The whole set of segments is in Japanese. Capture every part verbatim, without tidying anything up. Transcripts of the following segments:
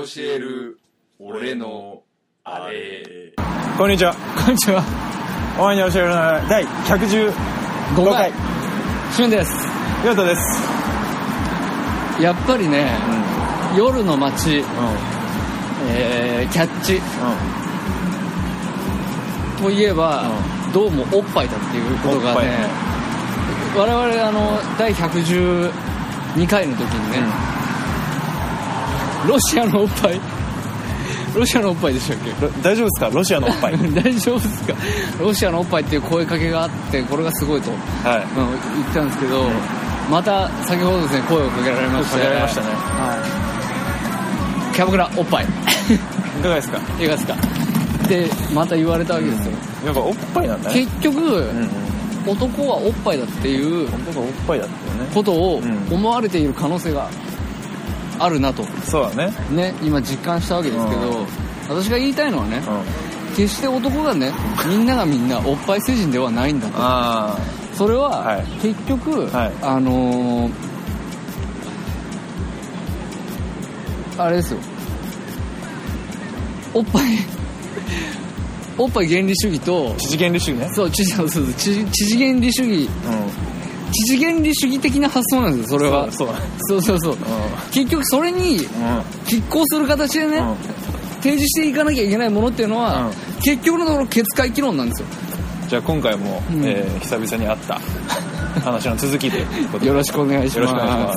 える俺のあれ。 こんにちは。 こんにちは。 お前に教えるのは第ひゃくじゅうごかい。 しゅんです。 ヨウトです。 やっぱりね、うん、夜の街、うんえー、キャッチ、うん、といえば、うん、どうもおっぱいだっていうことがね、我々あの第ひゃくじゅうにかいの時にね、うん、ロシアのおっぱいロシアのおっぱいでしたっけ？ 大丈夫ですか？ロシアのおっぱい大丈夫ですか？ロシアのおっぱいっていう声かけがあって、これがすごいと、はいうん、言ってたんですけど、うん、また先ほどですね声をかけられまして、かけられましたね。はい。キャバクラおっぱい。いかがですか？ いかがですか？でまた言われたわけですよ。 うん、やっぱおっぱいなんだね。 結局、うんうん、男はおっぱいだっていう男はおっぱいだっていうねことを思われている可能性があるなと、 そうだね。 ね、今実感したわけですけど、うん、私が言いたいのはね、うん、決して男がね、みんながみんなおっぱい成人ではないんだと。あそれは、はい、結局、はい、あのー、あれですよ。おっぱいおっぱい原理主義と知事原理主義ね。 そう、知事そうそう知事原理主義。うん知事原理主義的な発想なんですよ、それは。そうそうそうそう、うん、結局それに拮抗する形でね、うん、提示していかなきゃいけないものっていうのは、うん、結局のところ結界議論なんですよ。 じゃあ今回も、うんえー、久々にあった話の続きでよろしくお願いします。よろしくお願いします。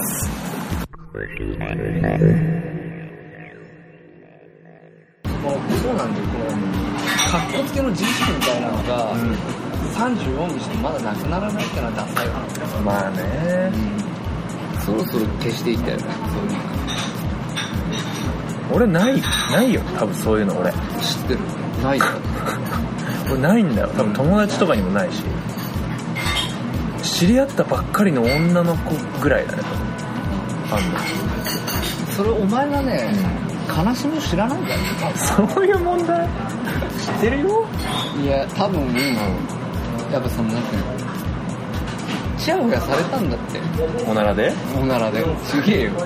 そうなんですよ、このカッコつけの自意識みたいなのが、うんさんじゅうよんにしてまだなくならないってのはダサいわ。 まあね、 うん、そろそろ消していきたいよね。 俺ないないよ多分そういうの。俺知ってる。ないよ俺ないんだよ多分。友達とかにもないし、知り合ったばっかりの女の子ぐらいだね多分。あんのそれお前がね、うん、悲しみを知らないんだよ。 そういう問題知ってるよ。 いや多分、うんやっぱそのなんていうのチヤホヤされたんだって。 おならでおならですげえよ、うん、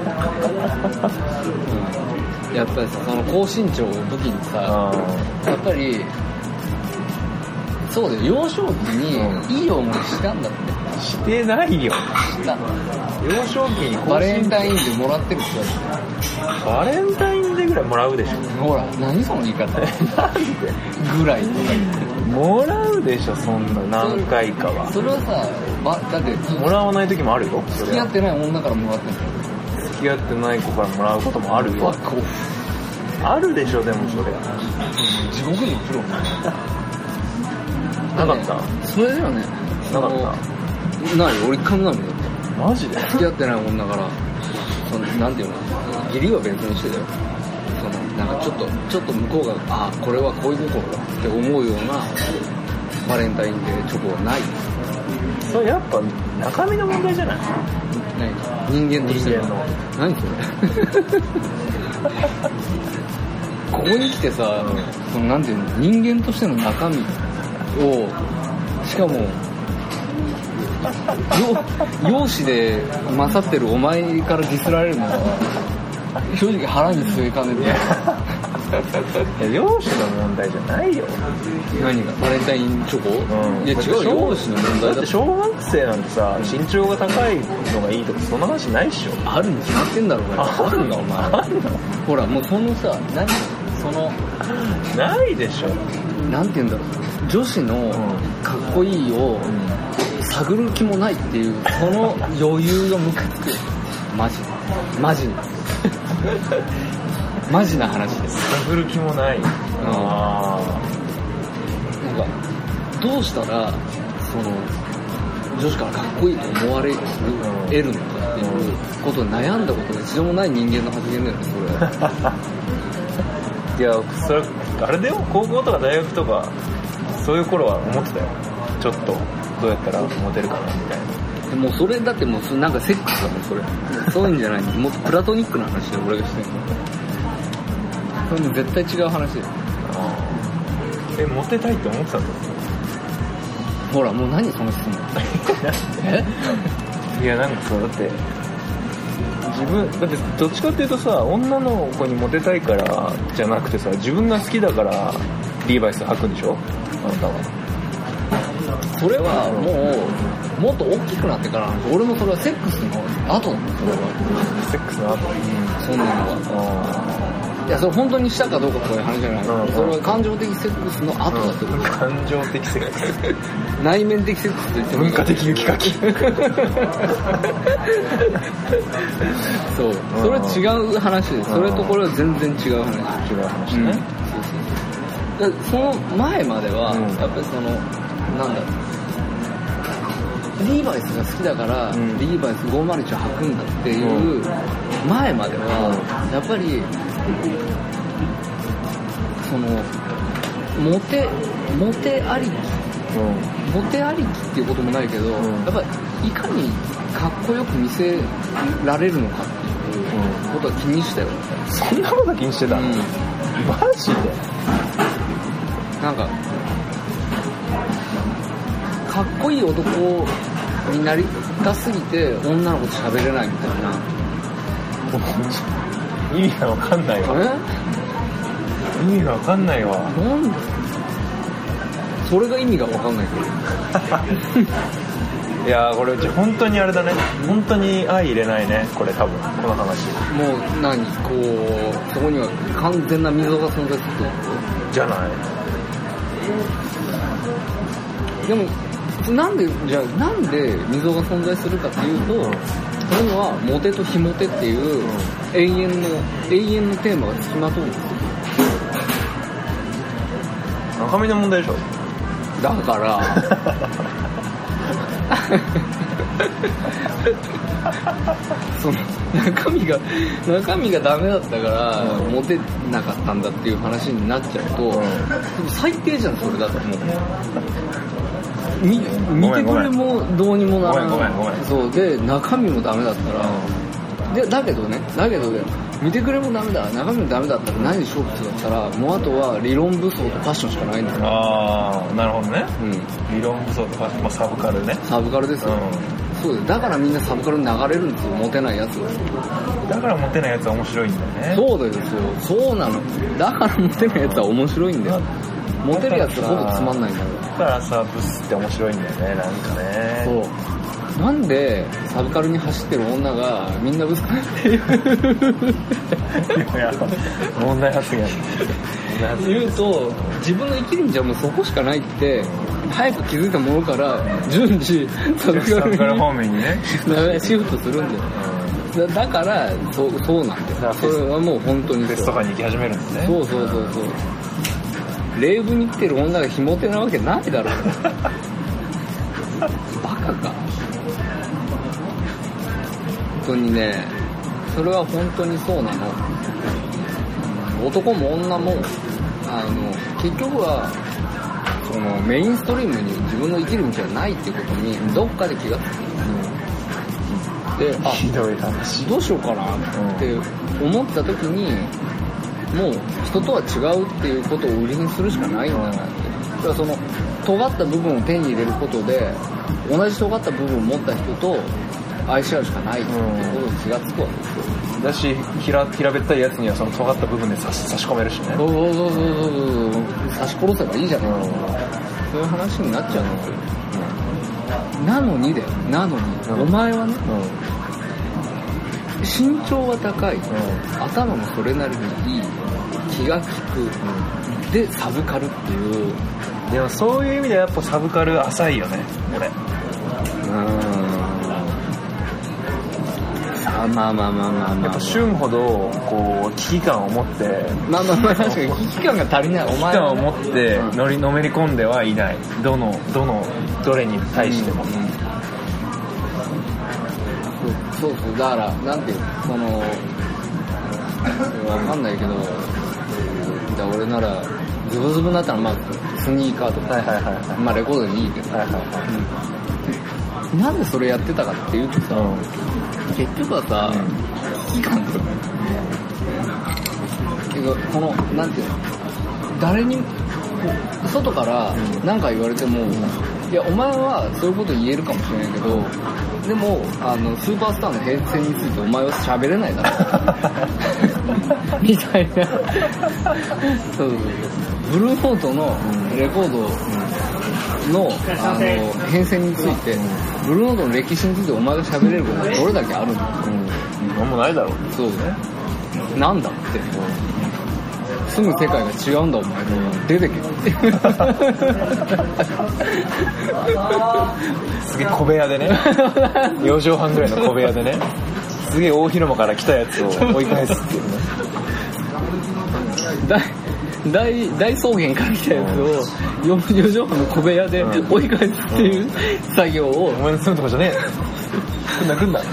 やっぱりさその高身長を武器にさやっぱりそうだよ幼少期にいい思いしたんだって、 うん、してないよ。 した幼少期にバレンタインデーもらってるって言われてバレンタインデーぐらいもらうでしょ。 ほら何その言い方なんでぐらいとか言ってもらうでしょそんな何回かは。 それはさ、ま、だってもらわない時もあるよ。 付き合ってない女からもらってんの。 付き合ってない子からもらうこともあるよ。あるでしょでもそれ。 地獄に来るもんね。 なかった？ それだよね。 なかった。 ない俺一回もないもんだって。 マジで？ 付き合ってない女からそのなんていうの義理は別にしてたよ。そのなんかちょっとちょっと向こうがあこれは恋心だって思うようなバレンタインデーチョコはない。 それやっぱ中身の問題じゃない？ 人間としての何それここに来てさ、うん、そのなんていうの人間としての中身をしかも容姿で勝ってるお前からディスられるのは正直腹に据えかねて。 容姿の問題じゃないよ。 何がバレンタインチョコ？うん、いや違う容姿の問題だ。 だって小学生なんてさ身長が高いのがいいとかそんな話ないっしょ。 あるに決まってんだろうが。あるんだお前。あるの？ほらもうそのさ何そのないでしょ。 なんて言うんだろう女子のかっこいいを探る気もないっていうこの余裕がムカつく。マジマジマジな話です。 探る気もない。 あなんかどうしたらその女子からかっこいいと思われる、うん、得るのかっていうことを悩んだことが一度もない人間の発言だよねそれはいやそれあれだよ高校とか大学とかそういう頃は思ってたよ。ちょっとどうやったらモテるかなみたいな。 もうそれだってもうなんかセックスだもんそれ。そういうんじゃないもっとプラトニックな話で俺がしてるの。それも絶対違う話だよ。 あえモテたいって思ってたんだ。 ほらもう何その質問えいやなんかそうだって自分だってどっちかっていうとさ、女の子にモテたいからじゃなくてさ、自分が好きだからリーバイス履くんでしょ、あなたは。 それはもうもっと大きくなってからなんです。俺もそれはセックスの後なんです。それはセックスの後、うん、 そんなのは。いや、それ本当にしたかどうかそういう話じゃない、うん、それは感情的セックスの後だってこと、うん、 感情的セックス内面的セックスと言っても文化的雪かきそう、それは違う話です。それとこれは全然違う話。 違う話ね、うん、 そうそうそう。だその前までは、うん、やっぱりそのなんだろう、リーバイスが好きだから、うん、リーバイスごーまるいちを履くんだっていう前までは、うん、やっぱりそのモテモテありき、うん、モテありきっていうこともないけど、うん、やっぱりいかにかっこよく見せられるのかっていうことは気にしたよ、 うん、そんなこと気にしてたの、うん、マジでなんかかっこいい男になりたすぎて女の子と喋れないみたいな意味がわかんないわ。意味がわかんないわ。 なんでそれが意味がわかんないけどいやーこれ本当にあれだね、本当に相入れないねこれ、多分この話。 もう何こうそこには完全な溝が存在するってことじゃない。 でもなんでじゃあなんで溝が存在するかっていうと、うん、それはモテと非モテっていう、うん、永遠の永遠のテーマがつきまとうんですよ。 中身の問題でしょ。 だからその中身が中身がダメだったから、うん、モテなかったんだっていう話になっちゃうと、うん、最低じゃんそれだと思う。見, 見てくれもどうにもならない。ごめんごめんごめん。そうで中身もダメだったら、うん、でだけどねだけどね見てくれもダメだ中身もダメだったら何で勝負するんだったら、もうあとは理論武装とファッションしかないんだよ。 ああなるほどね、うん、理論武装とファッション、まあ、サブカルね。 サブカルですよ、うん、そうです。だからみんなサブカルに流れるんですよ、モテないやつは。 だからモテないやつは面白いんだよね。 そうだよ、そうそうなの。だからモテないやつは面白いんだよ。モテるやつはほぼつまんないんだよ。 だからさブスって面白いんだよね、なんかね。 そうなんでサブカルに走ってる女がみんなブスっていういや問題発言言うと自分の生きる道はもうそこしかないって早く気づいたものから順次サブカル方面にねシフトするんだよ。だからそうそうなんです。それはもう本当にフェスとかに行き始めるんですね。 そうそうそうそう。レイブに来てる女がひも手なわけないだろバカか。本当にね、それは本当にそうなの。男も女もあの結局はそのメインストリームに自分の生きる道はないっていうことにどっかで気がつく、うん、で、あ、 ひどい話。 どうしようかなって思った時に、もう人とは違うっていうことを売りにするしかないんだなって。だからその尖った部分を手に入れることで同じ尖った部分を持った人と愛し合うしかないっていうことに気がつくわけですよ。 だし平平べったいやつにはその尖った部分で差し差し込めるしね。 そうそうそうそうそう、差し殺せばいいじゃないか、うん、そういう話になっちゃうんですよ、うん、なのにだよ、なのに、うん、お前はね、うん、身長は高い、うん、頭もそれなりにいい、気が利く、うん、でサブカルっていう。 でもそういう意味ではやっぱサブカル浅いよね俺。うーん、 あ、まあまあまあまあまあ、 やっぱ旬ほどこう危機感を持って、 まあまあまあ確かに危機感が足りない。お前危機感を持ってのりのめり込んではいない。どのどのどれに対しても、うんうん、 そうそうそう。だからなんていうそのわかんないけど、だ俺ならズブズブになったらまあスニーカーとか、はいはいはいはい、まあレコードにいいけど、はいはいはい、うん、なんでそれやってたかっていうとさ、うん、結局はさ、うん、危機感だよね。けどこのなんていうの、誰に外から何か言われても、うん、いやお前はそういうこと言えるかもしれないけど、 でもあのスーパースターの変遷についてお前は喋れないだろみたいなそうそうそうブルーノートのレコードの、あの変遷についてブルーノートの歴史についてお前が喋れることがどれだけあるんだ、 うん、なんもないだろう。 そうね。なんだって住む世界が違うんだお前、うん、出てけすげえ小部屋でねよじはんぐらいの小部屋でねすげえ大広間から来たやつを追い返すっていうね大, 大, 大草原から来たやつをよじはんの小部屋で追い返すっていう作業を、 お前の住むとこじゃねえ来んな来んな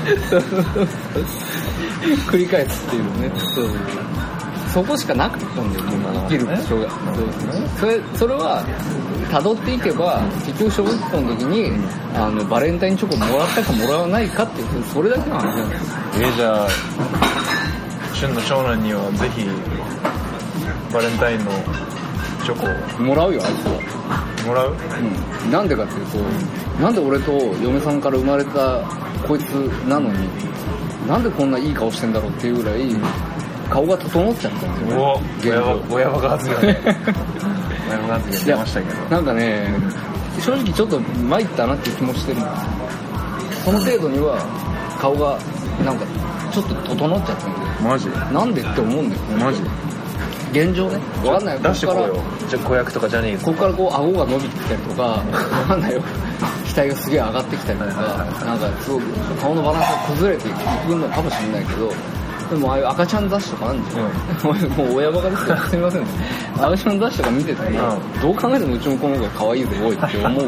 繰り返すっていうね。そうそこしかなかったんだよ、生きる場所が。それそれは辿っていけば結局小学校の時にあのバレンタインチョコもらったかもらわないかっていうそれだけの話なんだよ。 えー、じゃあ旬の長男にはぜひバレンタインのチョコをもらうよ、あいつは。 もらう？ うん。なんでかっていうと、なんで俺と嫁さんから生まれたこいつなのになんでこんないい顔してんだろうっていうぐらい顔が整っちゃったんですよね。 お親バカ発言ね親バカ発言出ましたけど、 なんかね正直ちょっと参ったなっていう気もしてるんです。その程度には顔がなんかちょっと整っちゃったんで。 マジなんでって思うんですよ。 マジ現状ね、わかんないよ。 出してこよう。じゃあ子役とかジャニーズここからこう顎が伸びてきたりとかわかんないよ、額がすげえ上がってきたりとか、なんかすごく顔のバランスが崩れていくのかもしれないけど、でもああいう赤ちゃん雑誌とかあるんですよ、うん、もう親バカですよすみませんね。赤ちゃん雑誌とか見てても、うん、どう考えてもうちの子の方が可愛いぞおいって思う、うん、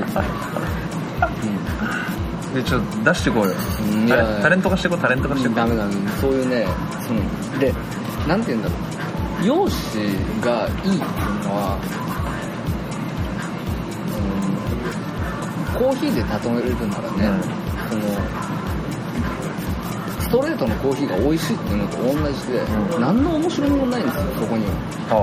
でちょっと出してこうよ、うん、タレタレント化してこうタレント化してこう。 ダメだね、そういうね、そのでなんて言うんだろう、容姿がいいっていうのは、うん、コーヒーで例えるならね、うん、そのストレートのコーヒーが美味しいっていうのと同じで、うん、何の面白みもないんですよ、そこには。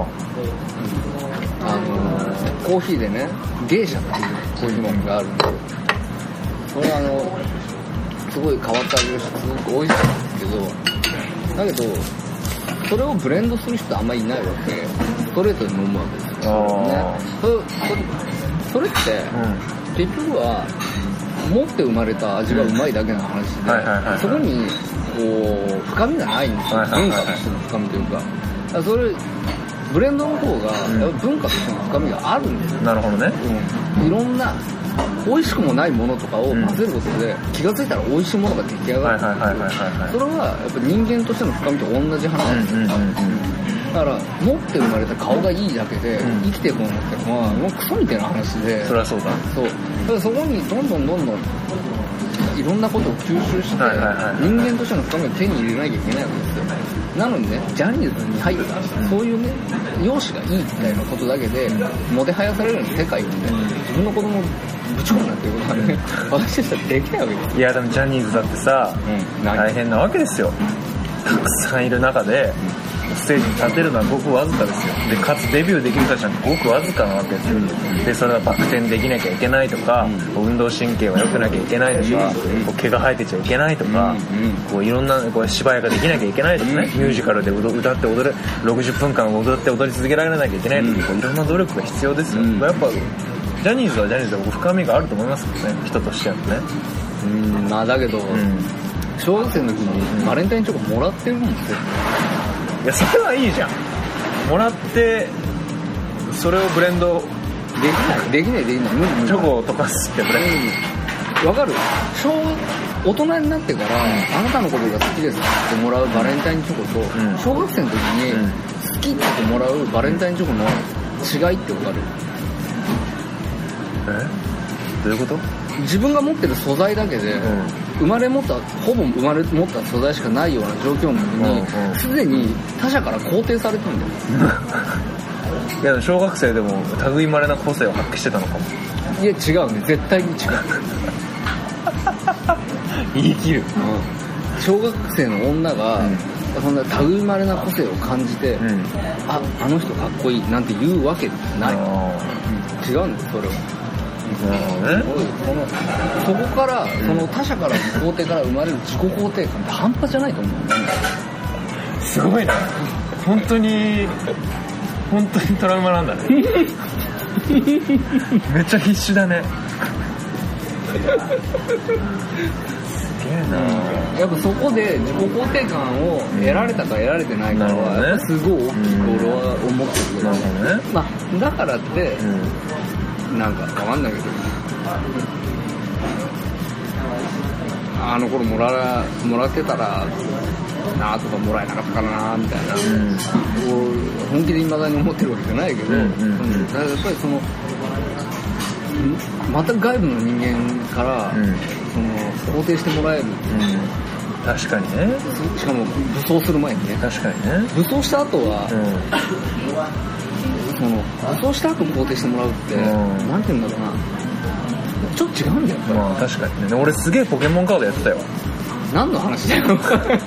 ああ、あのコーヒーでね、ゲイシャっていうコーヒー豆があるんで、それはあのすごい変わった味がしてすごく美味しいんですけど、だけどそれをブレンドする人あんまりいないわけ。ストレートに飲むわけですよ、ね、それ, それ, それって、うん、結局は持って生まれた味がうまいだけの話で、そこにこう深みがないんですよ、文化としての深みというか。だからそれブレンドの方がやっぱ文化としての深みがあるんですよ、 うん、なるほどね、 うん、いろんな美味しくもないものとかを混ぜることで、うん、気がついたら美味しいものが出来上がる。それはやっぱ人間としての深みと同じ話なんですよ、うんうんうん、だから持って生まれた顔がいいだけで生きていこうと思ってるのはもうクソみたいな話で、それはそうだ。 そうだからそこにどんどんどんどんいろんなことを吸収して、はいはいはい、人間としての深みを手に入れなきゃいけないわけですよ。なのにね、ジャニーズに入った、そういうね、容姿がいいみたいなことだけで、もてはやされるような世界にね、自分の子供をぶち込むなんていうことはね、私たちはできないわけです。 いや、でもジャニーズだってさ、うん、大変なわけですよ。たくさんいる中で、ステージに立てるのはごくわずかですよ。で、かつデビューできる人たちなんてごくわずかなわけですよ。で、それはバク転できなきゃいけないとか、うん、運動神経は良くなきゃいけないとか、うん、こう毛が生えてちゃいけないとか、うん、こういろんなこう芝居ができなきゃいけないとかね、うん、ミュージカルで歌って踊れ、ろくじゅっぷんかん踊って踊り続けられなきゃいけないとか、うん、こういろんな努力が必要ですよ。うん、やっぱジャニーズはジャニーズで僕深みがあると思いますけどね、人としてはね。 うん、まあだけど、うん、小学生の時にバレンタインチョコもらってるんですよ。 いや、それはいいじゃん。もらってそれをブレンドできないできないできない無理無理。 チョコを溶かすってブレンドわかる。小大人になってから、うん、あなたのことが好きですってもらうバレンタインチョコと、うん、小学生の時に好きってもらうバレンタインチョコの違いってわかる？ え？どういうこと？ 自分が持ってる素材だけで、うん、生まれ持ったほぼ生まれ持った素材しかないような状況の時にすで、うんうん、に他者から肯定されてるんだよ。 いや、小学生でも類いまれな個性を発揮してたのかも。 いや違うね、絶対に違う。 言い切る、うん、 小学生の女が、うん、そんな類いまれな個性を感じて、うん、あ、あの人かっこいいなんて言うわけない、うん、違うんだよそれは。 なるほどね。 そのそこからその他者からの肯定から生まれる自己肯定感って半端じゃないと思う。 すごいな。本当に本当にトラウマなんだね。めっちゃ必死だね。すげえな、 うん、やっぱそこで自己肯定感を得られたか得られてないかは、ね、やっぱすごい大きく俺は思ってるけど、 なるほどね。 まあ、だからって、うん、なんか変わんないけどあの頃もらもらってたらなとかもらえなかったからなみたいな、うん、本気で未だに思ってるわけじゃないけど、うんうんうん、だからやっぱりその全く外部の人間から、うん、その肯定してもらえる、うん、 確かにね。 しかも武装する前にね。 確かにね。 武装した後は、うん、その武装した後肯定してもらうって、うん、なんて言うんだろうな、ちょっと違うんだよ。 まあ確かにね。俺すげえポケモンカードやってたよ。何の話だよ。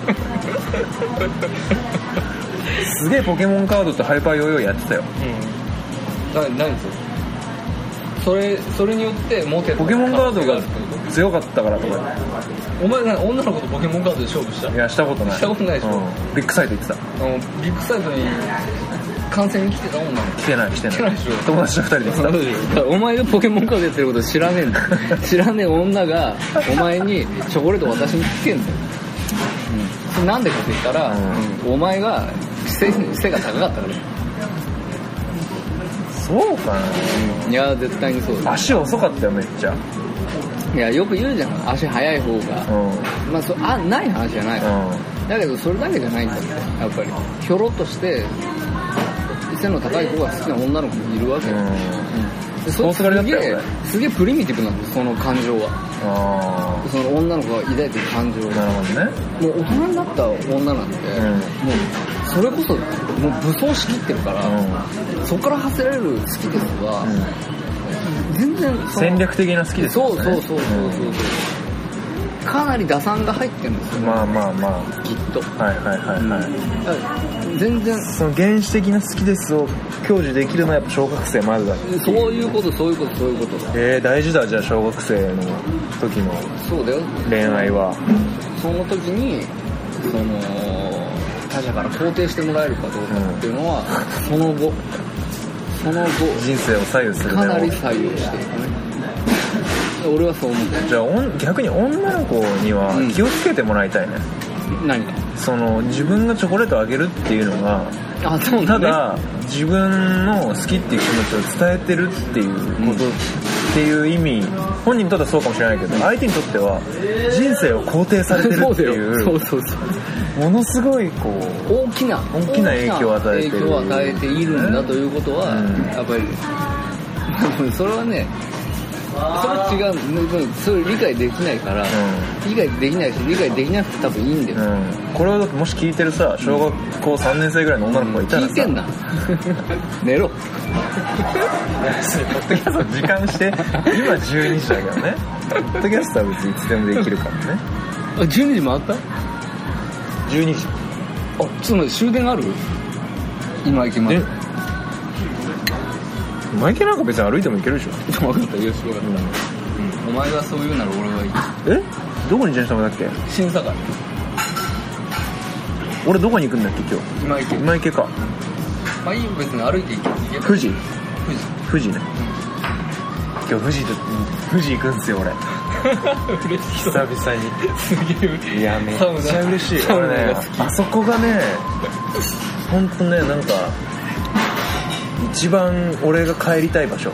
すげえポケモンカードとハイパーヨーヨーやってたよ。 うん。な何それ？それそれによってモテるポケモンカードが強かったからとか。 お前な女の子とポケモンカードで勝負した？ いやしたことない。 したことないでしょ。うん、 ビッグサイト行ってた。 あのビッグサイトに観戦に来てた女の子。 来てない来てない。来てないでしょ。友達と二人で来てた。お前がポケモンカードやってること知らねえんだ。知らねえ女がお前にチョコレート渡しに来てんだよ。うん。それなんでかって言ったら、うん、お前が背背が高かったから。 そうかな、 うん、いや絶対にそうだ。 足遅かったよめっちゃ。 いやよく言うじゃん、足速い方が、うん、まあそあない話じゃないから、うん、だけどそれだけじゃないんだって。やっぱりひょろっとして背の高い子が好きな女の子もいるわけよ、うんうん、でそすげえすげえプリミティブなんです、その感情は。あその女の子が抱いてる感情が。 なるほどね。 もう大人になった女なんて、うん、もうそれこそもう武装しきってるから、うん、そこから発せられる好きですが、うん、全然戦略的な好きですよね。 そうそうそうそうそう、うん、かなり打算が入ってるんですよ、ね、 まあまあまあきっと。 はいはいはいはい、 うん、全然その原始的な好きですを享受できるのはやっぱ小学生までだ。 そういうことそういうことそういうことだ。 えー、大事だ。じゃあ小学生の時のそうだよ恋愛はその時にその他者から肯定してもらえるかどうかっていうのは、うん、その後その後人生を左右するね。 かなり左右してるね。俺はそう思ってる。 じゃあ逆に女の子には気をつけてもらいたいね、 うん、何がその自分がチョコレートをあげるっていうのが、 あそうね、 ただ自分の好きっていう気持ちを伝えてるっていうこと、うん、っていう意味、本人にとってはそうかもしれないけど、相手にとっては人生を肯定されてるっていうそうそうそうものすごいこう大きな大きな影響を与えてる影響を与えているんだということは、うん、やっぱりそれはね、それ違う、それ理解できないから、うん、理解できないし理解できなくて多分いいんだよ、うん、 これをだってもし聞いてるさ小学校さんねん生ぐらいの女の子がいたらさ、 聞いてんな寝ろ。 ポッドキャスト時間して今じゅうにじだけどね。ポッドキャストは別にいつでもできるからね。 あじゅうにじ回った？ じゅうにじ。 あ、ちょっと待って、終電ある？今行きます。 今行けなんか別に歩いても行けるでしょ。 分かった、よし、分かった、うんうん。お前がそう言うなら俺はいい。 え？どこに自転車もだっけ？ 審査会。 俺どこに行くんだっけ今日？ 今行け。 今行けか。 まあいいよ、別に歩いて行け。 富士？ 富士。 富士ね。今日富士と、富士行くんすよ俺。 嬉しい。 久々に。 すげえ。 いや、めっちゃ嬉しい。俺ね、あそこがね、ほんとね、なんか、一番俺が帰りたい場所。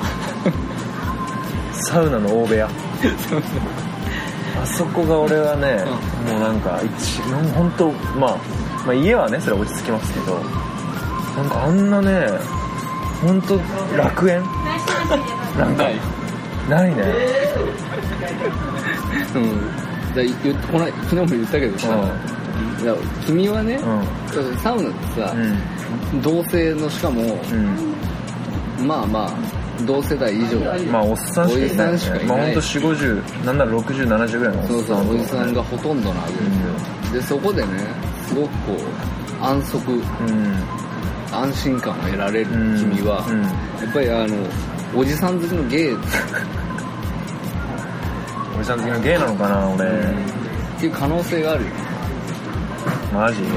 サウナの大部屋。あそこが俺はね、もうなんか、一番ほんと、まあ、まあ家はね、それは落ち着きますけど、なんかあんなね、ほんと楽園なんか、ないね。 うん。だ言この昨日も言ったけどさ、うん、だ君はね、うん、サウナってさ、うん、同性のしかも、うん、まあまあ同世代以上、 まあおっさんしかいない、ね、おじさんしかいない。まあほんとよんじゅう、ごじゅう、なんならろくじゅう、ななじゅうぐらいのおっさん、 そうそう、おじさんがほとんどなわけですよ、うん、でそこでねすごくこう安息、うん、安心感を得られる君は、うんうん、やっぱりあのおじさん好きのゲイおじさん的なゲイなのかな俺、うん、 っていう可能性があるよ。 マジ、うん、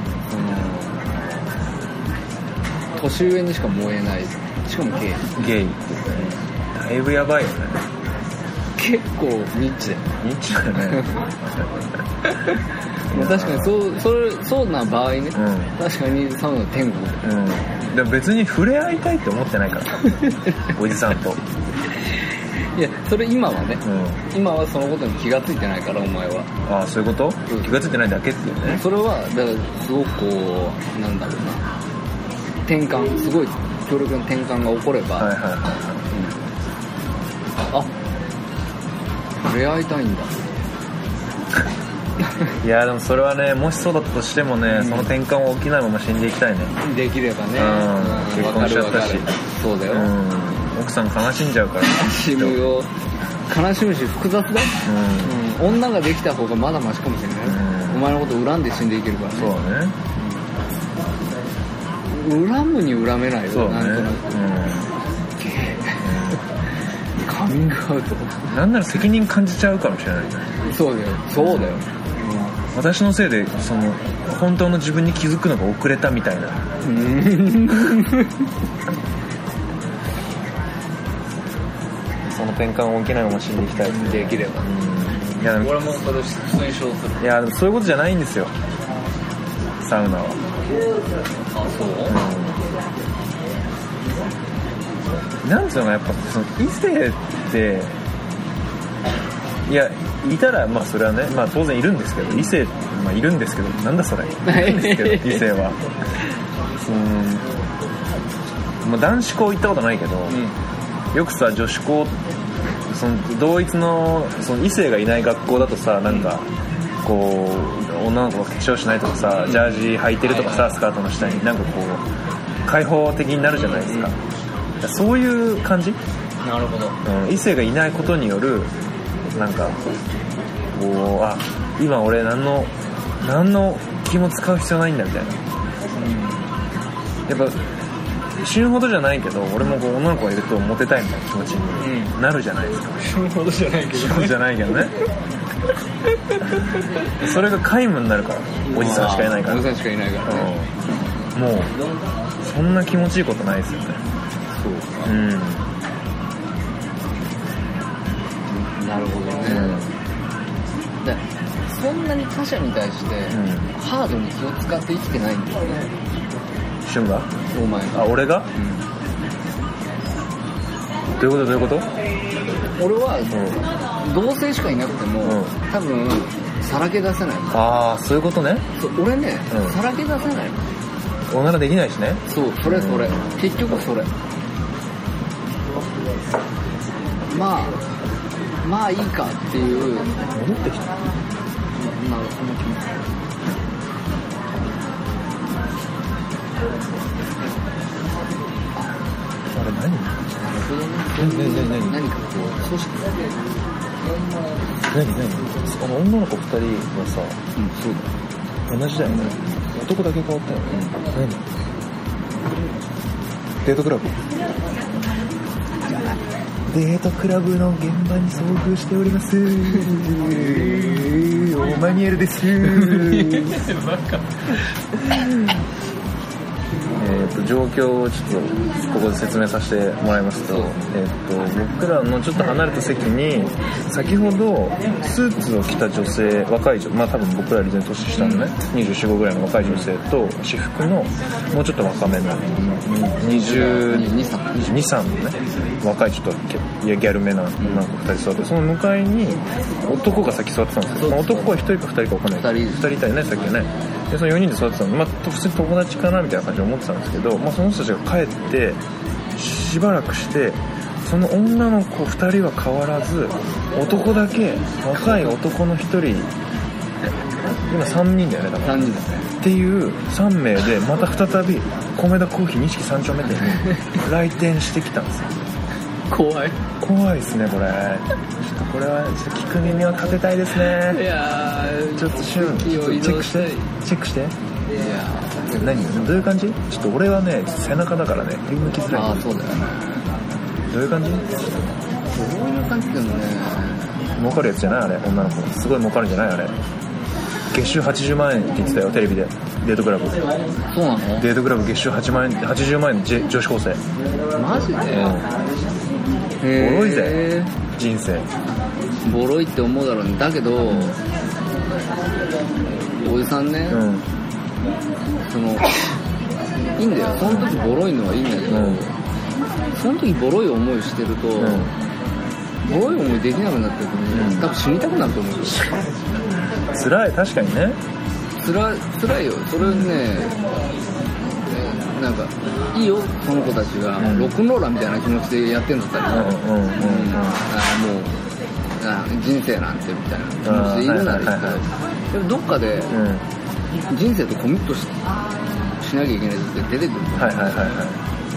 年上にしか燃えない、しかもゲイゲイ、だいぶやばいよね。 結構ニッチだよニッチだよね確かにそうそれそうな場合ね、うん、確かにサウナ天国だよ、 うん、でも別に触れ合いたいって思ってないからおじさんと。 いやそれ今はね、うん、今はそのことに気がついてないからお前は。 ああそういうこと、うん、気がついてないだけっていうね。 それはだからすごくこうなんだろうな、転換、すごい強力な転換が起これば、はいはいはいはい、うん、あ触れ合いたいんだいやでもそれはね、もしそうだったとしてもね、うん、その転換は起きないまま死んでいきたいね。 できればね、 うん、結婚しちゃったし。 そうだよ、うん、 奥さん悲しんじゃうから。悲しむよ、悲しむし複雑だよ、うんうん、女ができた方がまだマシかもしれない、うん、お前のことを恨んで死んでいけるからね。 そうだね、 うん、恨むに恨めないよ、 そうだね、 なんとなく、うん、カミングアウトなんなら責任感じちゃうかもしれない。 そうだよそうだよ、うん、 私のせいでその本当の自分に気づくのが遅れたみたいなその転換を起きないまま死んでいきたい。 できれば、うん、いや俺もそれ推奨する。 いやでもそういうことじゃないんですよ、サウナは。 あ、そう、 うん、なんつうのかやっぱその異性っていやいたらまあそれはね、まあ当然いるんですけど、異性まあいるんですけど、なんだそれいるんですけど異性はうん、まあ、男子校行ったことないけど、うん、よくさ女子校その同一 の, その異性がいない学校だとさ、なんかこう女の子が化粧しないとかさ、ジャージ履いてるとかさ、スカートの下になんかこう開放的になるじゃないですか、うん、そういう感じ。 なるほど、 うん、異性がいないことによるなんかこう、あ今俺何の何の気も使う必要ないんだみたいな、うん、やっぱ死ぬほどじゃないけど俺もこう女の子がいるとモテたいみたいな気持ちになるじゃないですか、うん、 死ぬほどじゃないけど、ね、 死ぬほどじゃないけどねそれが皆無になるから、おじさんしかいないから、 おじさんしかいないからね、 うん、もうそんな気持ちいいことないですよね。 そうか、うん、なるほどね、うん、でそんなに他者に対して、うん、ハードに気を使って生きてないんだよね、 シュンが、 お前が。 あ、俺が、うん、どういうことどういうこと。 俺は、うん、同性しかいなくても、うん、多分さらけ出せない。 ああそういうことね。 そう俺ね、うん、さらけ出せないの。 おならできないしね。 そうそれそれ、うん、結局それまあまあいいかっていう。 戻ってきた。 まあその気持ち。 あれ何？何何何何何かこう組織何何あの女の子二人はさ、 うんそうだ同じだよね、うん、男だけ変わったよね、うん、何デートクラブデートクラブの現場に遭遇しておりますおマニュエルですバカえー、と状況をちょっとここで説明させてもらいますと、えー、と僕らのちょっと離れた席に先ほどスーツを着た女性、若い女、まあ多分僕らより全然年下のねにじゅうよん、ごぐらいの若い女性と私服のもうちょっと若めのにじゅうに、さんのね若いちょっといやギャルめな女の子ふたり座って、その向かいに男が先座ってたんですよ。まあ、男はひとりかふたりか分かんないけどふたりいたよねさっきはね。でそのよにんで座ってたので、まあ、普通に友達かなみたいな感じで思ってたんですけど、まあ、その人たちが帰ってしばらくしてその女の子ふたりは変わらず男だけ若い男のひとり今さんにんだよね多分さんにんだねっていうさんめいでまた再び米田コーヒー錦三丁目店に来店してきたんですよ。 怖い怖いですねこれ。ちょっとこれはちょっと聞く耳を立てたいですね。 いやーちょっとシュンチェックしてチェックして。いやー何どういう感じ。ちょっと俺はね背中だからね振り向きづらい。 ああそうだよね。 どういう感じ。 どういう感じでもね儲かるやつじゃないあれ、女の子すごい儲かるんじゃないあれ。月収はちじゅうまんえんって言ってたよテレビで。デートクラブ。 そうなの？ デートクラブ月収はちまんえん、はちじゅうまんえんの女子高生。 マジで？ うん、ボロいぜ人生。 ボロいって思うだろうね。だけど、うん、おじさんね、うん、そのいいんだよ、その時ボロいのはいいんだけど、うん、その時ボロい思いしてると、うん、ボロい思いできなくなってると、ね、うん、多分死にたくなると思うよ。 辛い、確かにね。 辛い、辛いよ。それね、なんかいいよ、その子たちが、うん、ロックンローラーみたいな気持ちでやってんだったら、うんうんうんうん、あもうあ人生なんてみたいな気持ちでいるならいいけど、でもどっかで、うん、人生とコミット し, しなきゃいけないって出てくると、はいはいはいはい、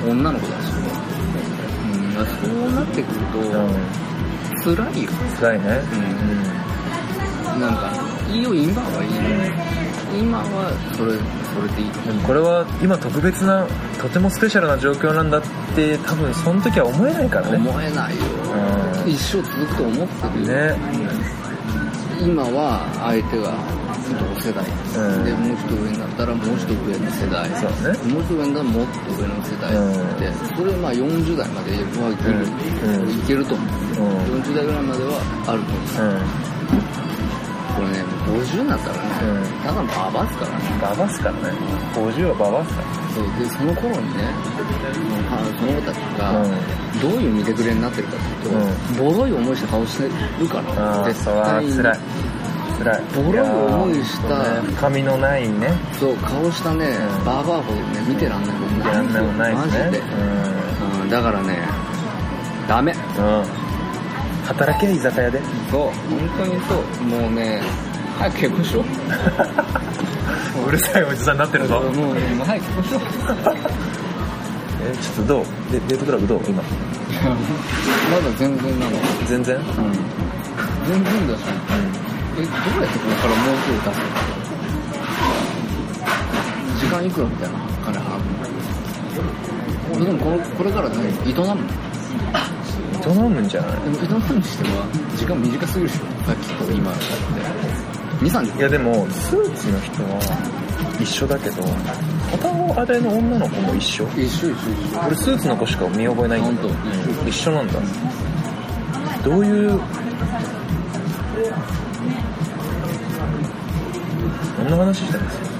女の子たちも、うん、そうなってくると、うん、辛いよ。 辛いね、 うんうん、なんかいいよ、今はいいね、今はそれそれでいいと思う。 これは今特別なとてもスペシャルな状況なんだって多分その時は思えないからね。 思えないよ、うん、一生続くと思ってるよ、ね、今は相手が同世代、うん、でもう一上になったらもう一上の世代、そう、ね、もう一上になったらもっと上の世代で、うん、それまあよんじゅう代まではいける、うん、いけると思う、うん、よんじゅう代ぐらいまではあると思う、うん、これね、ごじゅうになったらね、うん、ただのババすからね。 ババすからね。ごじゅうはババすから。 そうで、その頃にね、その子たちがどういう見てくれになってるかというと、うん、ボロい思いした顔してるから。 絶対に。辛い。辛い。 ボロい思いした、 ね、髪のないね。 そう、顔したね、うん、バーバーほどね、見てらんないもんね。 見てらんないもんないですね。マジで。 うんうん、だからね、ダメ。うん働け居酒屋で。 そう、本当にそう。もうね、早く結婚しよう。うるさいおじさんになってるぞ。 もう、もう早く結婚しよう。 え、ちょっとどうデ、デートクラブどう今。 まだ全然なの。 全然？うん。 全然だし。うん、え、どうやってこれからもうちょい出すの？時間いくらみたいな金払うの？でもこのこれからね、営む。 営むんじゃない？ でも営むにしては時間短すぎるでしょ、さっきと今だってに、さんじゅっぷん。 いやでもスーツの人は一緒だけど片方あれの女の子も一緒一緒一緒一緒。 俺スーツの子しか見覚えないんだけど、うん、一緒なんだ。どういうどんな話したんですか？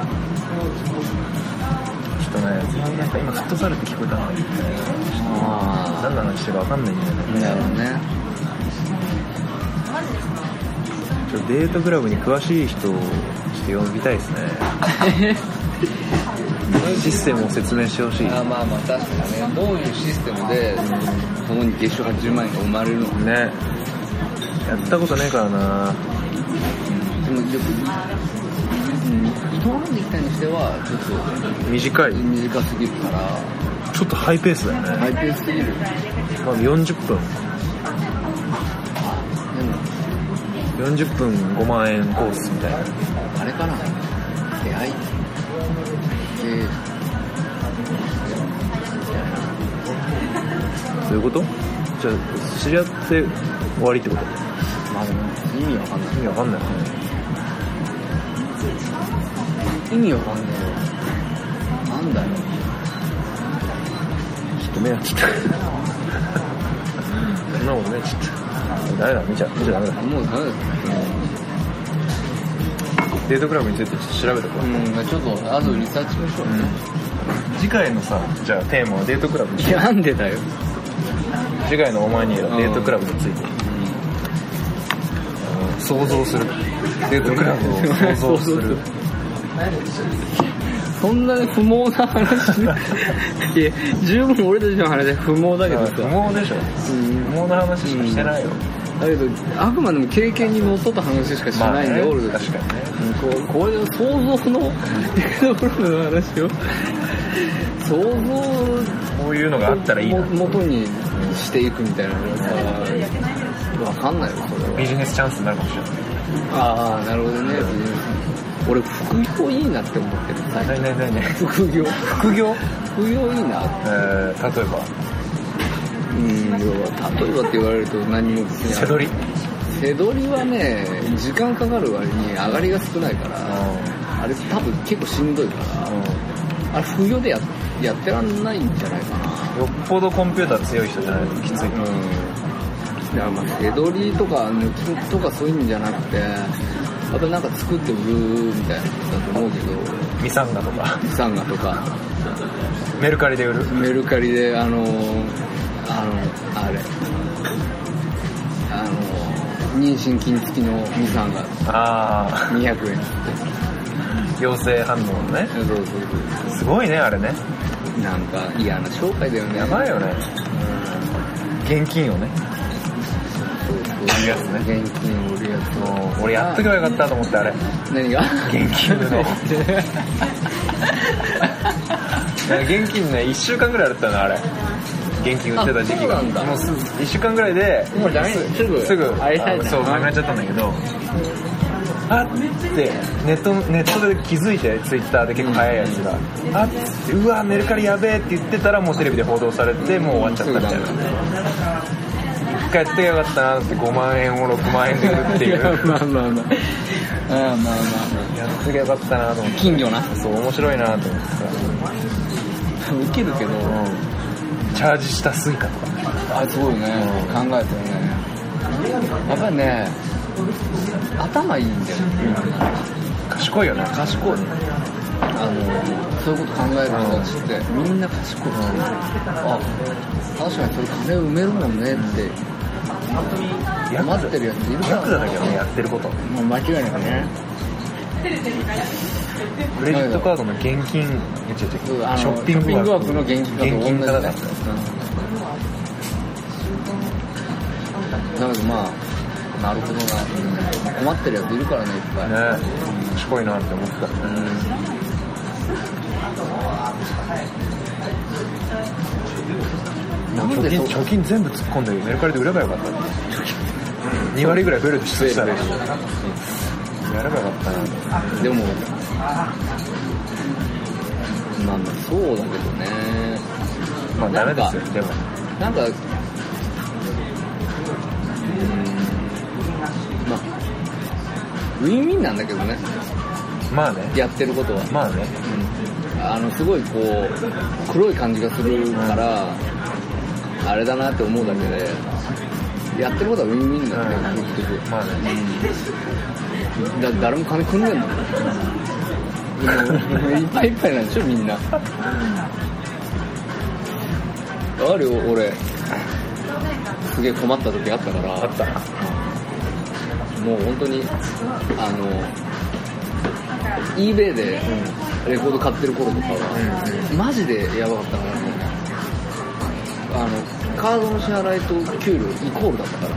人のやつなんか今フットサルって聞こえたな。あ何の話してるか分かんないんだよね。 なるほどね。 ちょデートクラブに詳しい人をちょっと呼びたいですね。システムを説明してほしい。 あまあまあ確かにね、どういうシステムでそこに月収はちじゅうまんえんが生まれるのかね。やったことねえからな。 でもよく営んできたにしてはちょっと短い短すぎるからちょっとハイペースだよね。 ハイペースすぎる。 まあよんじゅっぷんよんじゅっぷんごまんえんコースみたいな。 あれかな、出会いでどういうこと？じゃあ知り合って終わりってこと？ まあでも意味わかんない。 意味わかんないね。 意味わかんないよ。なんだよ。 ちょっと目が切った。そんなことね、ちょっと。ダメだ、見ちゃ、見ちゃダメだ。 もうダメだ。 デートクラブについてちょっと調べてこう。 うん、ちょっとあとリサーチしましょうね。 うん、次回のさ、じゃあテーマはデートクラブにしよう。 なんでだよ。 次回のお前にデートクラブについて。うん、想像する。デートクラブを想像する。 そんなね不毛な話いや十分俺たちの話で不毛だけどさ。 不毛でしょ、うん、不毛な話しかしてないよ、うん、 だけどあくまでも経験にのっとった話しかしないんで、まあね、俺確かにね、 こうこれで想像のデートクラブの話を想像こういうのがあったらいいな元にしていくみたいなのがさわかんないよそれは。 ビジネスチャンスになるかもしれない。 ああなるほどね、俺副業いいなって思ってる。 何何何副業副業副業いいな。 えー、例えばうん例えばって言われると何も背取り手取りはね時間かかる割に上がりが少ないから、うん、あれ多分結構しんどいから、うん、あれ副業で や, やってらんないんじゃないかな。 よっぽどコンピューター強い人じゃないときつい、うん、 いやまあ手取りとか抜きとかそういうんじゃなくてやっぱなんか作って売るみたいなだと思うけど、 ミサンガとかミサンガとかメルカリで売る、 メルカリであのあのあれあの妊娠菌付きのミサンガあにひゃくえん陽性反応のね。 そうそうそうすごいねあれね。 なんか嫌な商売だよね。 やばいよね、うん、現金をね売るやつね。 現金を売るやつを俺やっとけばよかったと思って。あれ何が現金売るの現金ねいっしゅうかんぐらいあったのあれ。現金売ってた時期がもうすぐいっしゅうかんぐらいでもうダメすぐすぐあれそうなくなっちゃったんだけど、あってネットネットで気づいてツイッターで結構早いやつが、うん、あってうわメルカリやべえって言ってたらもうテレビで報道されてもう終わっちゃったみたいな。一回やってよかったなってごまんえんをろくまんえんで売るっていうまあまあまあまあまあまあやってよかったなと思って。 金魚なそう面白いなと思ってさウケるけど、うん、 チャージしたスイカとかあすごいね、うん、考えてるね。やっぱりね頭いいんだよね、 うん、賢いよね。 賢いあのそういうこと考える人たちって、うん、みんな賢い、うん、あ確かにそれ金埋めるもんねって待ってるやついるから。 ヤクザだけどねやってることもう間違いなくね。 クレジットカードの現金、ショッピング枠の現金からだった。だけどまあなるほどな、困ってるやついるからねいっぱいね。賢いなって思った。うん貯金、貯金全部突っ込んでメルカリで売ればよかった。に割ぐらい増えるとしたらやればよかったな。 でもまあそうだけどね。 まあダメですよ。でもなんかうんまあウィンウィンなんだけどね。 まあねやってることはまあね、 うん、あのすごいこう黒い感じがするから、うん、あれだなって思うだけでやってることはウィンウィンなんだよ、うん、結局。まあね、うん、だ誰も金くんねえんだもんいっぱいいっぱいなんでしょみんな。あるよ俺すげえ困った時あったから。 あった。 もう本当にあの eBay でレコード買ってる頃とかは、うん、マジでやばかったからね。あのカードの支払いと給料イコールだったから。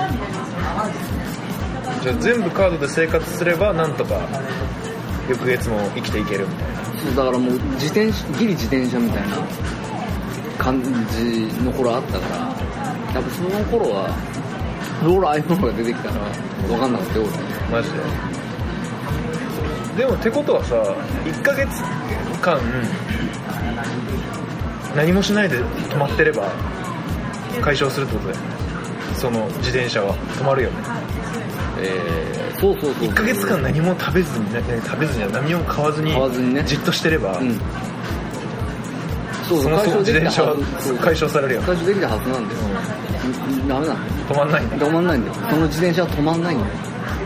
じゃあ全部カードで生活すればなんとか翌月も生きていけるみたいな。 そうだからもう自転車ギリ自転車みたいな感じの頃あったから、やっぱその頃はローラー iPhone が出てきたら分かんなくて俺マジで。でもってことはさいっかげつかん何もしないで止まってれば解消するってことだよね。その自転車は止まるよね。 えー、そうそうそう。 いっかげつかん何も食べずに食べずに何も買わずに、 買わずにね、 じっとしてれば、うん、 そうそう、 その自転車は解消されるよね。 解消できたはずなんだよ、うん、ダメなんだよ。 止まんないんだよ。 止まんないんだよ。その自転車は止まんないんだよ。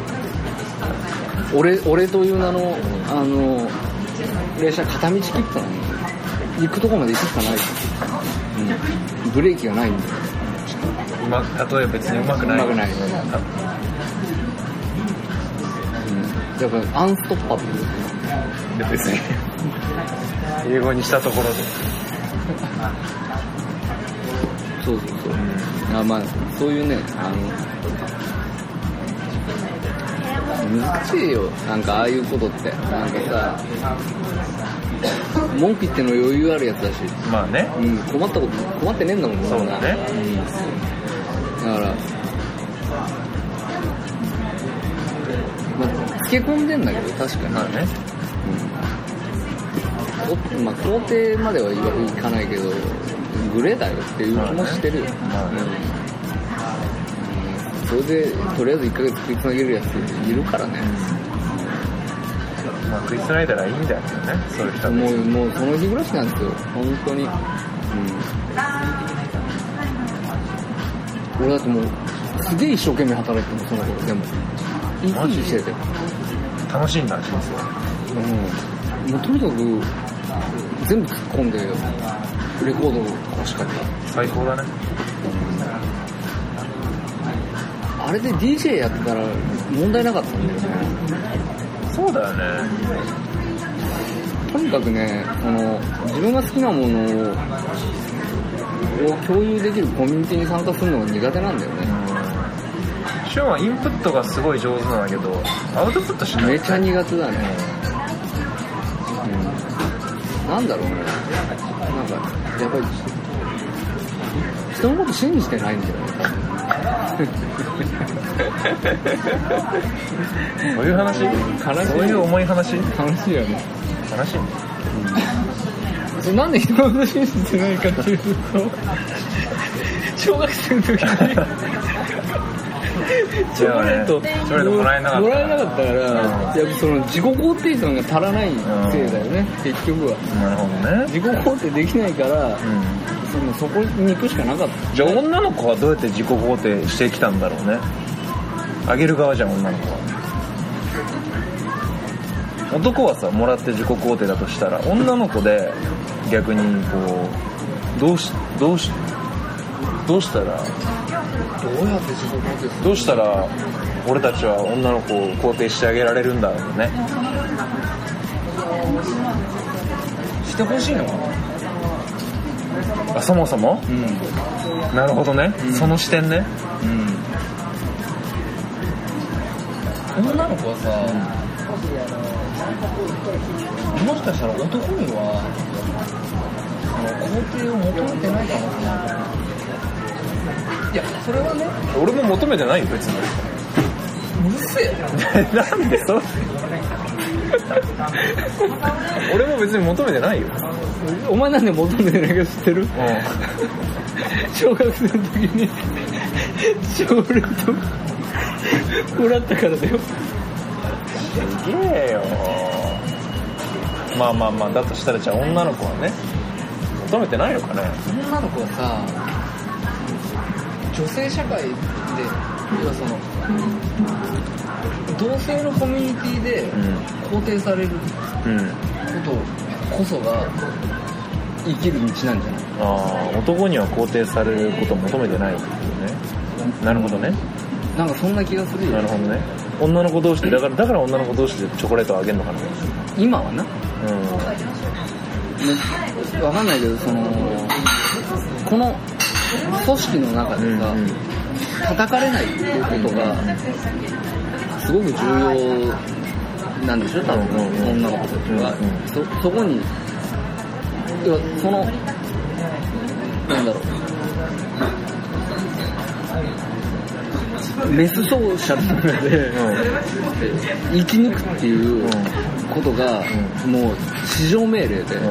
俺俺という名のあの列車片道切ったのに行くとこまで行くしかない、うん、ブレーキがないんだよ。 うま例えば別にうまくない。 うまくない。うん、やっぱアンストッパブルで別に英語にしたところでそうそうそう、うん、あまあそういうねあの難しいよなんかああいうことってなんかさ文句言っての余裕あるやつだしまあね、 うん、困ったこと困ってねえんだもん。 そうだね、 うん、だからまあつけ込んでんだけど確かにまあね、 うん、まあ肯定まではいかないけどグレーだよっていう気もしてるよ、まあねまあね、つそれでとりあえずいっかげつ食いつなげるやついるからね、 まあ食いつないだらいいんだよね、そういう人は。 もうもうその日暮らしなんですよ本当に、うん、俺だってもうすげえ一生懸命働いてるのその頃。でも生き生きしてて楽しいんだ人生。 うん、もうとにかく全部突っ込んでレコード欲しかった。 最高だね。 あれで ディージェー やってたら問題なかったんだよね。 そうだよね。 とにかくね、その自分が好きなものを共有できるコミュニティに参加するのが苦手なんだよね。 シュンはインプットがすごい上手なんだけどアウトプットしない。 めちゃ苦手だね、うん、なんだろうね、なんかやっぱり人のこと信じてないんだよねそういう話？悲しい。そういう重い話？ 悲しいよね。 悲しいね、 うん、それなんで人のこと信じてないかっていうと小学生の時にチョコレート、 チョコレートもらえなかったもらえなかったから、うん、やっぱその自己肯定感が足らないせいだよね、うん、結局は。 なるほどね。 自己肯定できないから、うん、そのそこに行くしかなかった。 じゃあ女の子はどうやって自己肯定してきたんだろうね。あげる側じゃん女の子は。男はさもらって自己肯定だとしたら女の子で逆にこうどうしどうしどうしたらどうやって自己肯定する？ どうしたら俺たちは女の子を肯定してあげられるんだろうね。 してほしいのかなあ、そもそも、うん、なるほどね、うん、その視点ね、 うん、女の子はさ、うん、もしかしたら男には肯定を求めてないかもしれない。いや、それはね、 俺も求めてないよ別に。 うるせえなんでそう俺も別に求めてないよ。 お前なんで求めてないか知ってる？うん、小学生の時にチョコレートもらったからだよ。 すげえよ。まあまあまあ、だとしたらじゃあ女の子はね求めてないのかね。 女の子はさ、女性社会で要はその同性のコミュニティで肯定されることこそが生きる道なんじゃない？ ああ、男には肯定されることを求めてないっていうね。なるほどね。 なんかそんな気がするよ。 なるほどね。女の子同士でだからだから女の子同士でチョコレートをあげるのかな。 今はな。うん。わかんないけどそのこの組織の中でさ、うんうん、叩かれないっていうことがすごく重要なんでしょ多分、うんうん、女の子たちは、うんうん、そ, そこに要はそのなんだろうメスソーシャルの中で、うん、生き抜くっていうことが、うん、もう至上命令で、うん、だ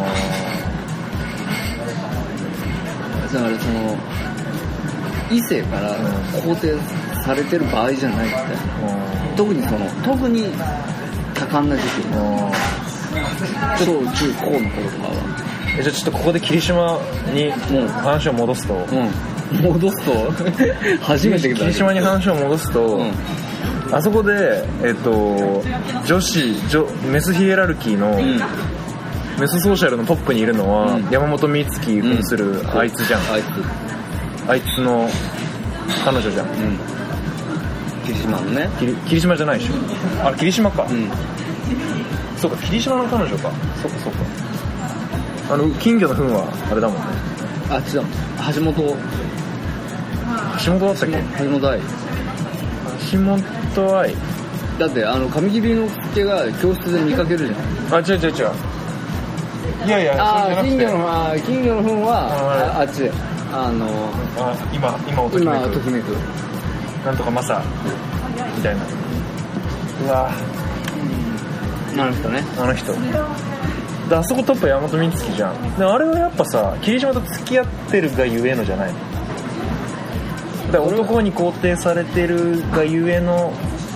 からその異性から肯定されてる場合じゃないみたいな、うん、特にその特に多感な時期の小中高の頃とかは。 え、じゃあちょっとここで霧島に話を戻すと、うんうん、戻すと初めて聞いた霧島に話を戻すと、うん、あそこでえっと女子女メスヒエラルキーの、うん、メスソーシャルのトップにいるのは、うん、山本美月扮するあいつじゃん、うん、あいつあいつの彼女じゃん、うん、 霧島のね。 霧島じゃないでしょ。あれ霧島か、うん、そうか霧島の彼女か。そうかそうか。あの金魚の糞はあれだもんね。 あっちだもん。橋本橋本だったっけ。 橋本愛橋本愛だってあの髪切りの毛が教室で見かけるじゃん。 あ、違う違う違う。いやいや、 あ金魚のあ金魚の糞は あ, あっちあのあ今今をときめく今ときめくなんとかマサみたいな。うわあの人ね。 あの人であそこトップ山本美月じゃん。であれはやっぱさ霧島と付き合ってるがゆえのじゃないの。 で男に肯定されてるがゆえの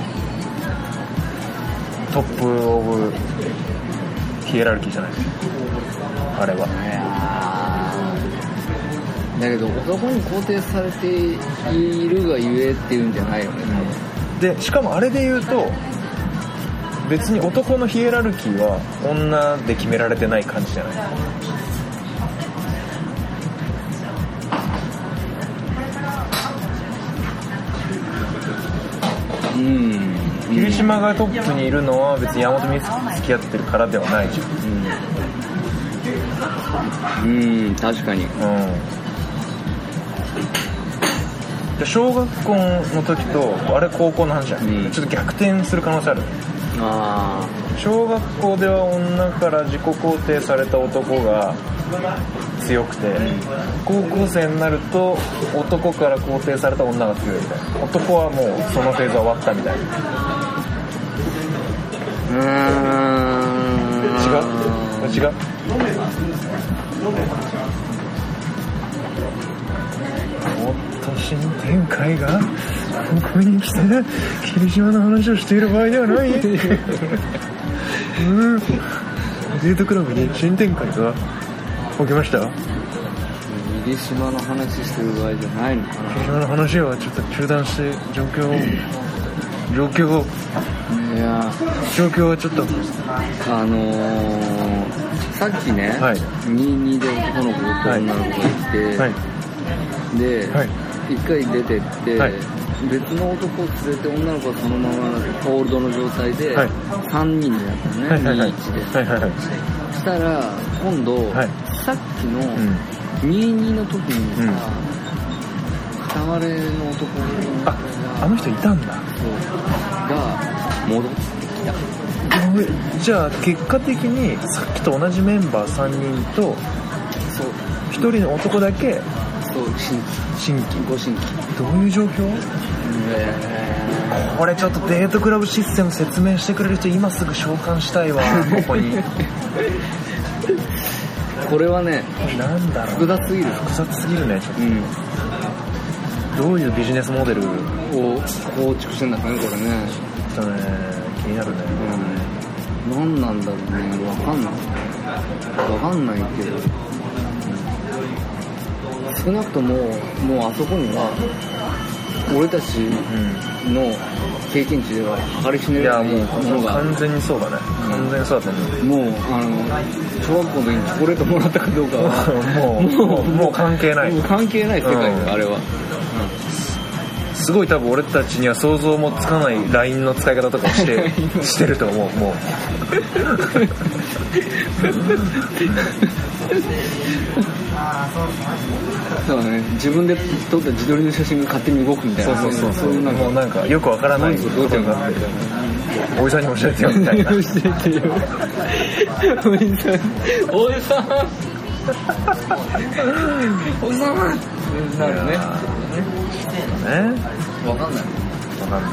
トップオブヒエラルキーじゃないあれは。 だけど男に肯定されているがゆえっていうんじゃないよね、 うん、でしかもあれで言うと別に男のヒエラルキーは女で決められてない感じじゃない。 うん、 霧島がトップにいるのは別に山本美月と付き合ってるからではないじゃん。うん、うん、確かに。うん。 で小学校の時とあれ高校の話じゃん、うん、ちょっと逆転する可能性ある。 あ小学校では女から自己肯定された男が強くて、うん、高校生になると男から肯定された女が強いみたいな。男はもうそのフェーズは終わったみたいな。 うーん違う違うもっと新展開がここに来て霧島の話をしている場合ではないうんデートクラブに新展開が起きました。 霧島の話してる場合じゃないのかな。 霧島の話はちょっと中断して状況を状況をいや状況はちょっとあのー、さっきね、はい、にじゅうにで男の子と女の子がいて、はい、で、はい、いっかい出てって、はい、別の男を連れて女の子はそのままホールドの状態で、はい、さんにんでやったのね、はいはいはい、にじゅういちで、はいはいはい、したら今度、はい、さっきのにじゅうにの時にさ、片割れの男があ、あの人いたんだそうが戻ってきた。 じゃあ結果的にさっきと同じメンバーさんにんとそうひとりの男だけそう新規新規ご新規どういう状況？えー、これちょっとデートクラブシステム説明してくれる人今すぐ召喚したいわここにこれはねなんだろう複雑すぎる複雑すぎるねちょっと、うん、どういうビジネスモデルを構築してんだかねこれねちょっとね気になるね、 うん、何なんだろうねわかんないわかんないけど少なくとももうあそこには俺たちの経験値では計り知れないものが完全にそうだね、うん、完全にそうだったね。 もうあの小学校の時にチョコレートもらったかどうかはもうもうもう関係ないもう関係ない世界だ、うん、あれは、うん、 すごい多分俺たちには想像もつかない ライン の使い方とかしてしてると思うもうそうだね、自分で撮った自撮りの写真が勝手に動くみたいな、 そうそうそうそう、なんかもうなんかよくわからないことになってる。おじさんに教えてよみたいな。教えてよ。 おじさん、おじさん、おじさんなるね。ね。わかんない。 わかんない。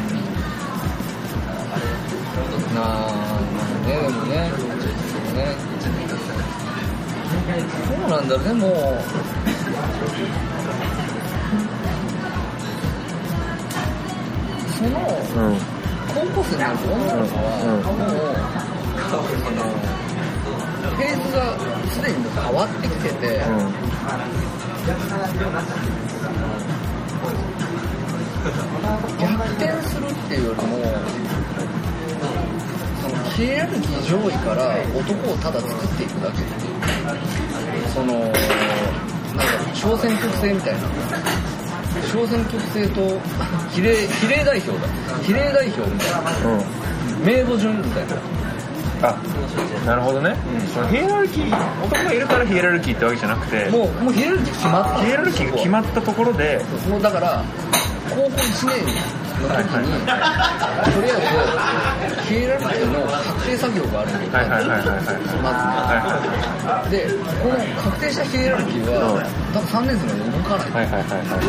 なあ、ね、でもね、ね。そうなんだ。でもその、うん、高校生になると女の子は、うん、もうフェーズがすでに変わってきてて、うん、逆転するっていうよりもヒエラルキー上位から男をただ作っていくだけっていうそのなんか小選挙区制みたいな小選挙区制と比例比例代表だ比例代表みたいな、うん、名簿順みたいなあなるほどね、うん、そのヒエラルキー男がいるからヒエラルキーってわけじゃなくてもうもうヒエラルキー決まったヒエラルキーが決まったところでもうだから高校いちねんの時に、はいはい、とりあえずヒエラルキーの確定作業があるんで、はいはいはいはい、まずね、はいはい、でこの確定したヒエラルキーは、うん、多分さんねん生まで動かない、はいはいはいはい、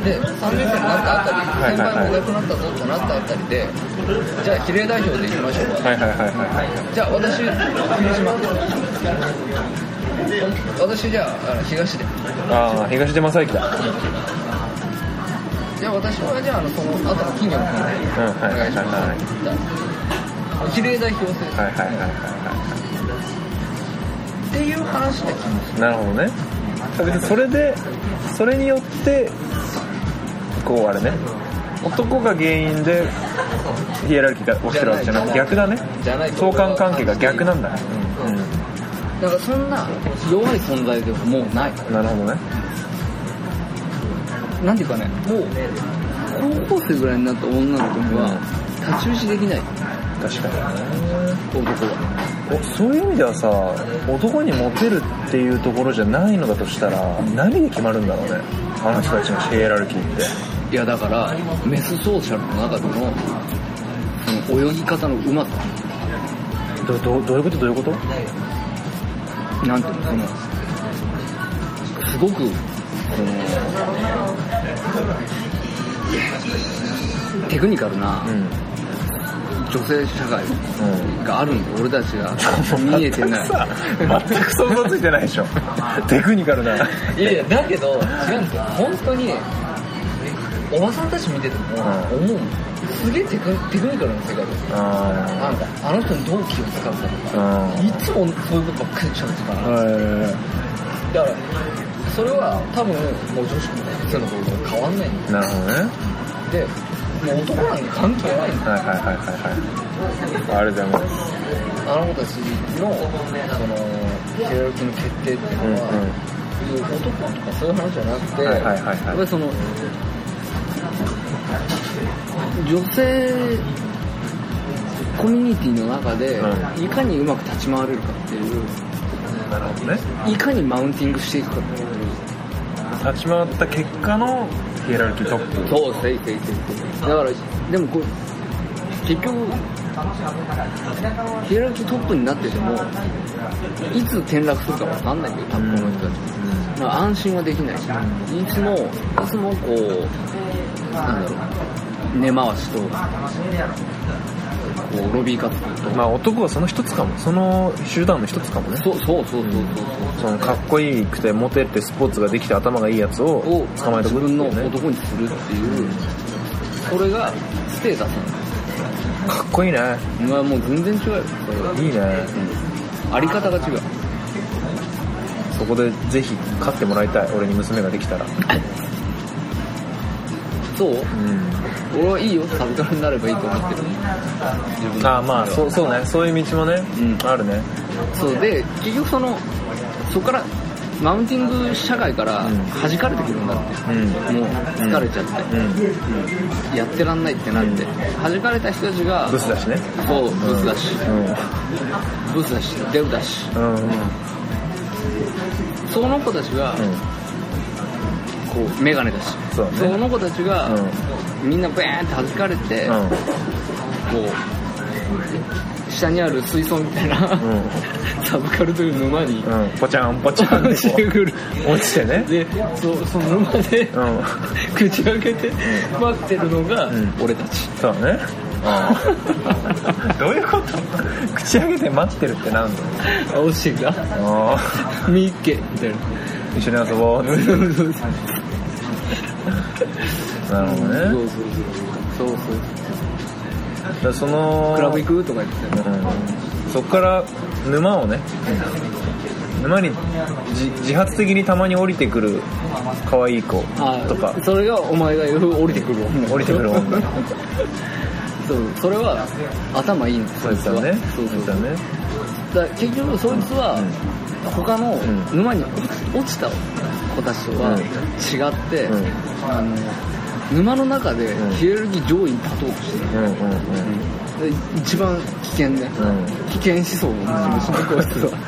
でさんねん生になったあたり、はいはいはい、先輩もいなくなったぞってなったあたりでじゃあ比例代表でいきましょうか、はいはいはいはい、じゃあ私霧島私じゃあ東でああ東出正行だじゃあ私はじゃあ、あのその後の金魚の話でお願いします。比例代表制。 はいはいはいはいはい。 っていう話が聞きます。 なるほどね。別にそれでそれによってこうあれね、男が原因でヒエラルキーが起きてるわけじゃなくて逆だね。 じゃない相関関係が逆なんだね。 うん。だからそんな弱い存在ではもうない。 なるほどね。 なんていうかね、もう高校生ぐらいになった女の子には太刀打ちできない。 確かにね。 男は。 そういう意味ではさ、男にモテるっていうところじゃないのだとしたら何で決まるんだろうね、あの人たちのヒエラルキーって。 いやだからメスソーシャルの中でのその泳ぎ方のうまさ。 どどどういうことどういうこと？ なんていうの、そのすごくそのテクニカルな、うん、女性社会があるんで、うん、俺たちが見えてない。 全く想像ついてないでしょ。テクニカルな。 いやいや、だけど違うんですよ。本当におばさんたち見てても思う、うん、すげえテク、テクニカルな世界ですよ。なんかあの人にどう気を使うかとか、いつもそういうことばっかりしゃべってたから。だからそれは多分もう女子の先生の方と変わんないんだよ。 なるほどね。 でもう男なんて関係ないんだよ。 はいはいはいはいはい。あれでもあの子たちのそのヒエラルキーの決定っていうのは、うんうん、男とかそういう話じゃなくて、はいはいはいはい、やっぱりその女性コミュニティの中でいかにうまく立ち回れるかっていう、 なるほどね、 いかにマウンティングしていくかっていう、 立ち回った結果のヒエラルキートップ。 そう、せいせいせい。だからでもこう結局ヒエラルキートップになっててもいつ転落するか分かんないけど、多分この人たち、うん、まあ、安心はできないし、いつもいつもこうなんだろう、根回しとこうロビー活動と、 まあ男はその一つかも、その集団の一つかもね。 そうそうそうそうそう、うん、 そのかっこいいくてモテてスポーツができて頭がいいやつを捕まえてくる、ね、 自分の男にするっていう、うん、それがステータスなんだ。 かっこいいね。 まあもう全然違うよ。 いいね、 うん、あり方が違う。 そこでぜひ飼ってもらいたい、俺に娘ができたら。 そう、うん、俺はいいよ、サブカルになればいいと思ってる。自分ああ、まあそうそうね、そういう道もね、うん、あるね。 そうで結局そのそこからマウンティング社会から弾かれてくるんだって、うん、もう疲れちゃって、うんうん、やってらんないってなって、うん、弾かれた人たちがブスだしね。 そう、ブスだし、うん、ブスだしデブだし、うんうん、その子たちが、うん、こうメガネだし、そうね、その子たちが、うん、みんなバーンって弾かれて、うん、こう下にある水槽みたいな、うん、サブカルという沼に、うん、ポチャンポチャンってしてくる、落ちてね、で そ, その沼で、うん、口開けて待ってるのが、うん、俺たち。 そうね。あどういうこと？口開けて待ってるってなんだろう。 落ちてきた。あ見っけみたいな。 一緒に遊ぼう。なるほどね。 そうそうそう。そうそう。 だそのクラブ行くとか言ってた、うん、 そっから沼をね、うん、沼に自発的にたまに降りてくる可愛い子とか、 それがお前が言う降りてくる降りてくる女そう、それは頭いいんです。 そうですよね。 そうそうだね。だ結局そいつは他の沼に落ちた子たちとは違って、うんうん、あの沼の中でヒエラルキー上位に立とうとしてる、うんうんうん、一番危険ね、うん、危険思想の持ち主のこいつは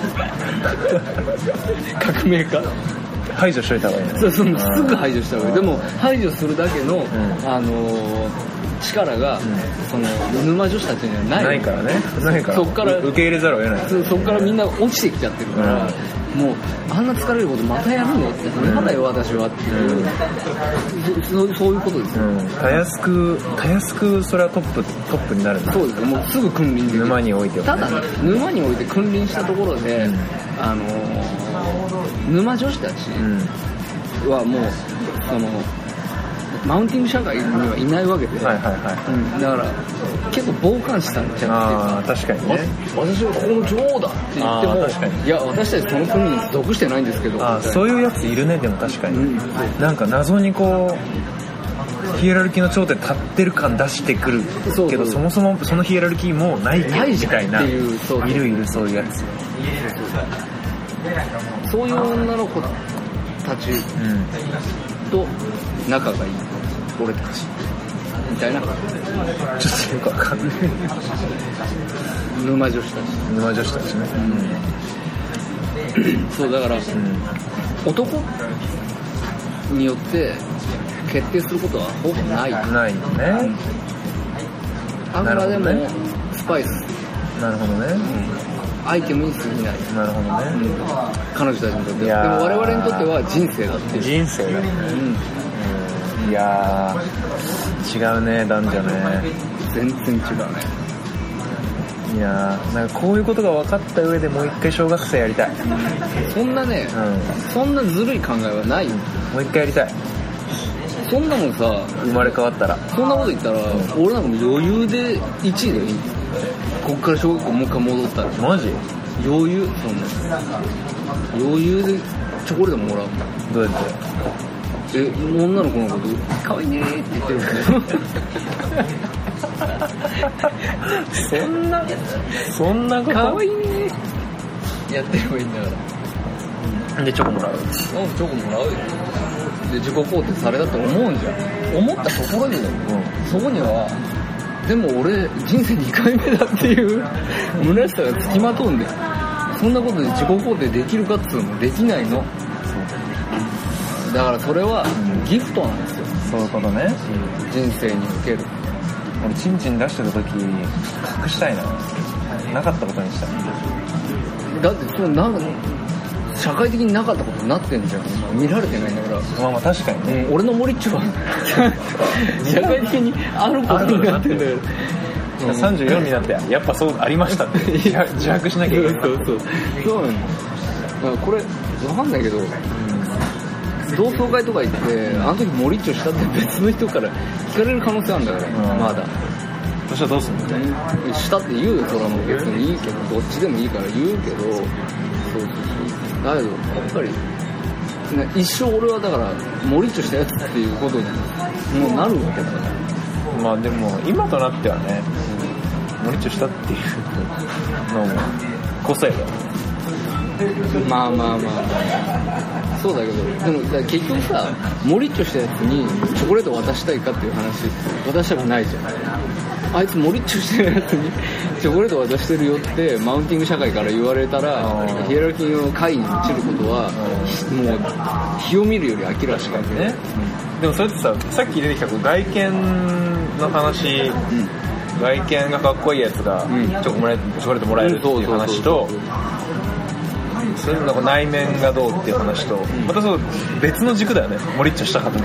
革命家排除しといた方がいいね。 そうそう、すぐ排除した方がいい。でも排除するだけの、うん、あのー力が、うん、その沼女子たちにはないないからね。ないからそっから受け入れざるを得ない。 そ, そっからみんな落ちてきちゃってるから、うん、もうあんな疲れることまたやるのってなんだよ私はっていう、うん、そ, そういうことですよ、うん、 たやすくたやすくそれはトップトップになるんだ。 そうですよ。もうすぐ君臨できる。 沼に置いては、 ね、ただ、ね、沼に置いて君臨したところで、うん、あのー、沼女子たちはもうそのマウンティング社会にはいないわけで、 はいはいはい、 うん、だから結構傍観視されちゃって、 あ確かにね、 私はここの女王だって言っても、確かにいや私たちその国に属してないんですけど、 あそういうやついるね。でも確かに、うん、なんか謎にこうヒエラルキーの頂点立ってる感出してくるけど、そうそう、そもそもそのヒエラルキーもないけどみたいな、いるいるそういうやつ、 そういう女の子たちと仲がいい、うん、俺たちみたいな感じ、 ちょっとよくわかんない沼女子たち沼女子たちね、 うん、そうだから、うん、男によって決定することはほぼないないよね、 あくまでもスパイス、 なるほどね、 うん、アイテムに過ぎない、 なるほどね、 うん、彼女たちにとっては。でも我々にとっては人生だっていう、 人生だね、うん、いやー違うね、男女ね、 全然違うね。 いやーなんかこういうことが分かった上でもう一回小学生やりたい。 そんなね、うん、そんなずるい考えはない。 もう一回やりたい。 そんなもんさ、 生まれ変わったらそんなこと言ったら、うん、俺なんかもう余裕でいちいだよ。こっから小学校もう一回戻ったらマジ余裕、そんな余裕でチョコレートもらう。 どうやってえ、女の子のこと可愛いねーって言ってるんですよそんなそんなこと可愛いねーやってればいいんだから。 でチョコもらう。 うん、チョコもらうよ。で自己肯定されたと思うんじゃん。思ったところでだよ、うん、そこにはでも俺人生にかいめだっていう虚しさがつきまとうんで、そんなことで自己肯定できるかっつうのもできないの。だからそれはギフトなんですよ。 そういうことね、 人生における。 俺チンチン出してた時隠したいな、なかったことにしたい。 だってそのなん社会的になかったことになってんじゃん。見られてないんだから。 まあまあ確かにね、 うん、俺のモリッチは社会的にあることになってんだよ。 うん、さんじゅうよんになってやっぱそうありましたって自白しなきゃいけない。 そうそうそうなんだ。だからこれわかんないけど、うん、同窓会とか行ってあの時モリッチをしたって別の人から聞かれる可能性あるんだから、うん、まだ。 そしたらどうすんの？ したって言うよ。それはもう別にいいけど、どっちでもいいから言うけど、そうそうそう。だけどやっぱり、ね、一生俺はだからモリッチョしたやつっていうことにもうなるわけだから。 まあでも今となってはね、うん、モリッチョしたっていうのも個性だよ。 まあまあまあまあそうだけど、でもだ結局さ、モリッチョしたやつにチョコレートを渡したいかっていう話、渡したくないじゃん。あいつモリッチョしてるやつにチョコレート渡してるよってマウンティング社会から言われたら、ヒエラルキーの下位に落ちることはもう火を見るより明らかにね、 うん、でもそれってさ、さっき出てきた外見の話、うん、外見がかっこいいやつがチョコもらえ、チョコレートもらえるっていう話と、それなんか内面がどうっていう話と、うん、またそう別の軸だよね。モリッチョしたかと思う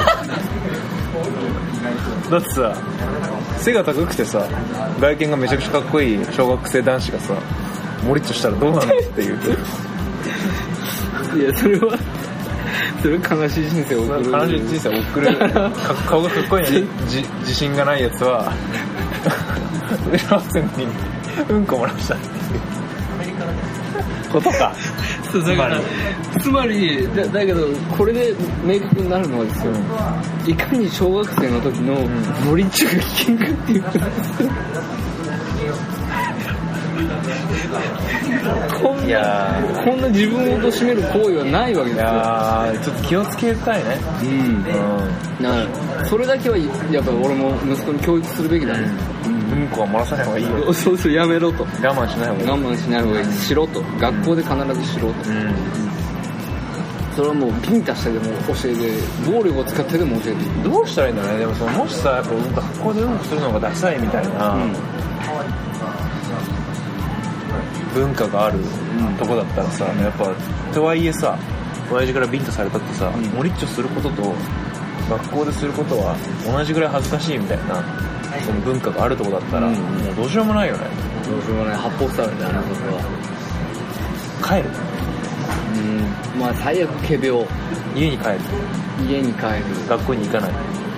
だってさ、背が高くてさ、外見がめちゃくちゃかっこいい小学生男子がさ、モリッチョしたらどうなのっていういや、それはそれ悲しい人生を送る。 悲しい人生を送る顔がかっこいいのに自信がないやつは上の線にうんこ漏らしたっていうことか。 つまりつまり だ, だけどこれで明確になるのはですよ、いかに小学生の時のモリッチョが危険かっていうことですよ。こん な, いやこんな自分を貶める行為はないわけですよ。いやちょっと気をつけたいね。 うん、うん、なそれだけはやっぱ俺も息子に教育するべきだね。 うん、うんこは漏らさない方がいいよ。 そうそう、やめろと。 我慢しない方がいい。 我慢しない方がいい。しろと。学校で必ずしろと。うん、それはもうビンタしてでも教えて、暴力を使ってでも教えて。 どうしたらいいんだろうね。でもそのもしさ、やっぱ学校でうんこするのがダサいみたいな、うん、文化があるとこだったらさ、やっぱとはいえさ、親父からビンタされたってさ、うん、モリッチョすることと学校ですることは同じぐらい恥ずかしいみたいなその文化があるとこだったら、うん、もうどうしようもないよね。 どうしようもない。八方塞がりだな、それは。 帰る。 うん、まあ最悪仮病。 家に帰る。 家に帰る。 学校に行かない。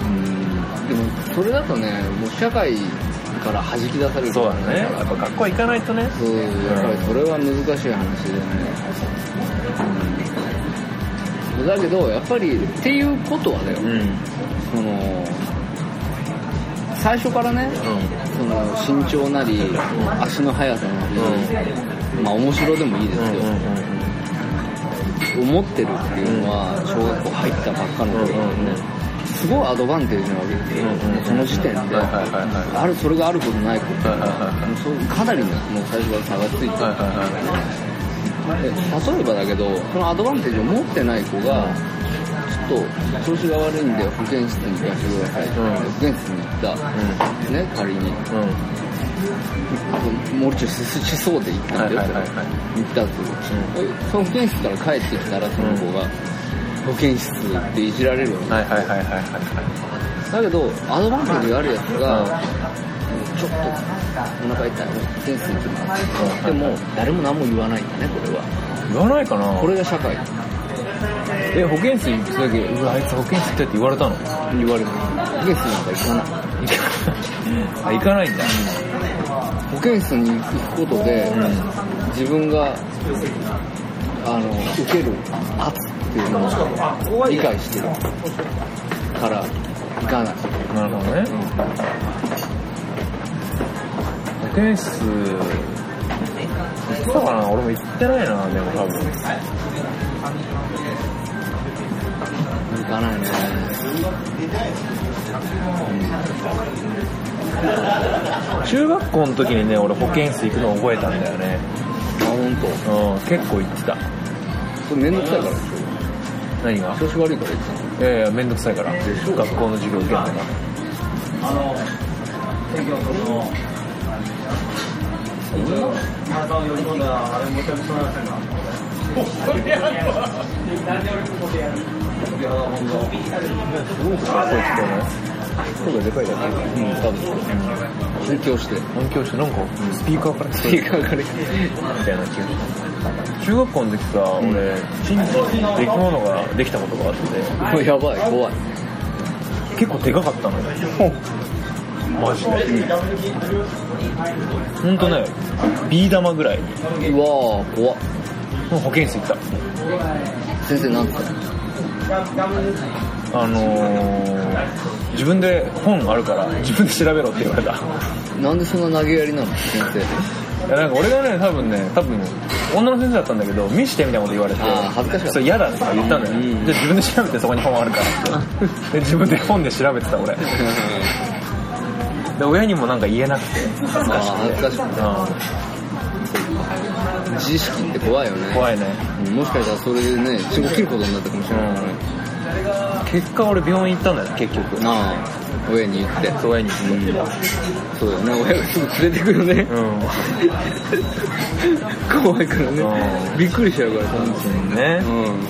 でもそれだとねもう社会から弾き出されるそうだね。やっぱ学校行かないとね。 そう、やっぱりそれは難しい話でね、うん、だけどやっぱりっていうことはだよ、うん、その最初からね、うん、その身長なり、うん、足の速さなり、うん、まあ面白でもいいですよ、うんうんうん、思ってるっていうのは小学校入ったばっかの頃なんでね、すごいアドバンテージなわけですよ、うんうんうん、その時点で、はいはいはいはい、あるそれがあることないこと、はいはいはい、そうかなりのもう最初から差がついてる、はいはいはい、で例えばだけどそのアドバンテージを持ってない子がちょっと調子が悪いんで保健室に行かせてくださいって、うん、保健室に行った、うん、ね仮に、うん、もうちょいしそうで行ったんだよ、はいはいはいはい、行ったと、うん、その保健室から帰ってきたらその子が、うん保健室っていじられるよね。はいはいはいはいはい。だけどアドバンテージがあるやつが、うん、ちょっとお腹痛い保健室に行きますって言っても誰も何も言わないんだねこれは。 言わないかな。 これが社会。 え保健室に行くだけうわあいつ保健室ってって言われたの？ 言われる。保健室なんか行かない。 あ行かないんだ。 保健室に行くことで、うん、自分があの受ける圧っていうのを理解してるから行かない。 なるほどね、うん、保健室行ったかな。俺も行ってないな。でも多分行かないね、 うん、中学校の時にね俺保健室行くのを覚えたんだよね。 あ本当。 うん、結構行った。 それめんどくさいからでしょ。 何が？ 調子悪いから行ったの？ いやいやめんどくさいからでしょ。学校の授業受けるのがあの声がでかいだけ。うん、多分。反響して。 反響して、なんか、スピーカーからスピーカーからみたいな気がした。中学校の時さ、うん、俺、チンチン出来物ができたことがあって。 やばい、怖い。 結構でかかったのよ。マジで。ほんとね、ビー玉ぐらいに。 うわぁ、怖っ。 もう保健室行った。 先生なんてあのー、自分で本あるから自分で調べろって言われた。 なんでそんな投げやりなの先生。 いやなんか俺がね多分ね多分女の先生だったんだけど見してみたいなこと言われて、 あ恥ずかしい。 そう嫌だって言ったんだよ、うん、で自分で調べてそこに本あるからってで自分で本で調べてた俺で親にもなんか言えなくて恥ずかしくて恥ずかしくて、うん、自意識って怖いよね。 怖いね、 うん、もしかしたらそれでね血が切ることになったかもしれないからね、 うん、結果俺病院行ったんだよ結局。 ああ親に言って。 親に言って、うん、 そうだよね親がすぐ連れてくるね、うん、怖いからね、うん、びっくりしちゃうから本当にね、うんうん、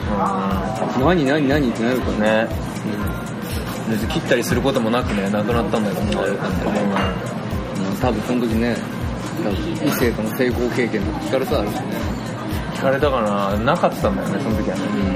何何何ってなるからね、 うん、切ったりすることもなくね亡くなったんだけどね、 うん、多分その時ね多分異性との成功経験とか聞かれたあるしね。 聞かれたかな。なかったんだよねその時は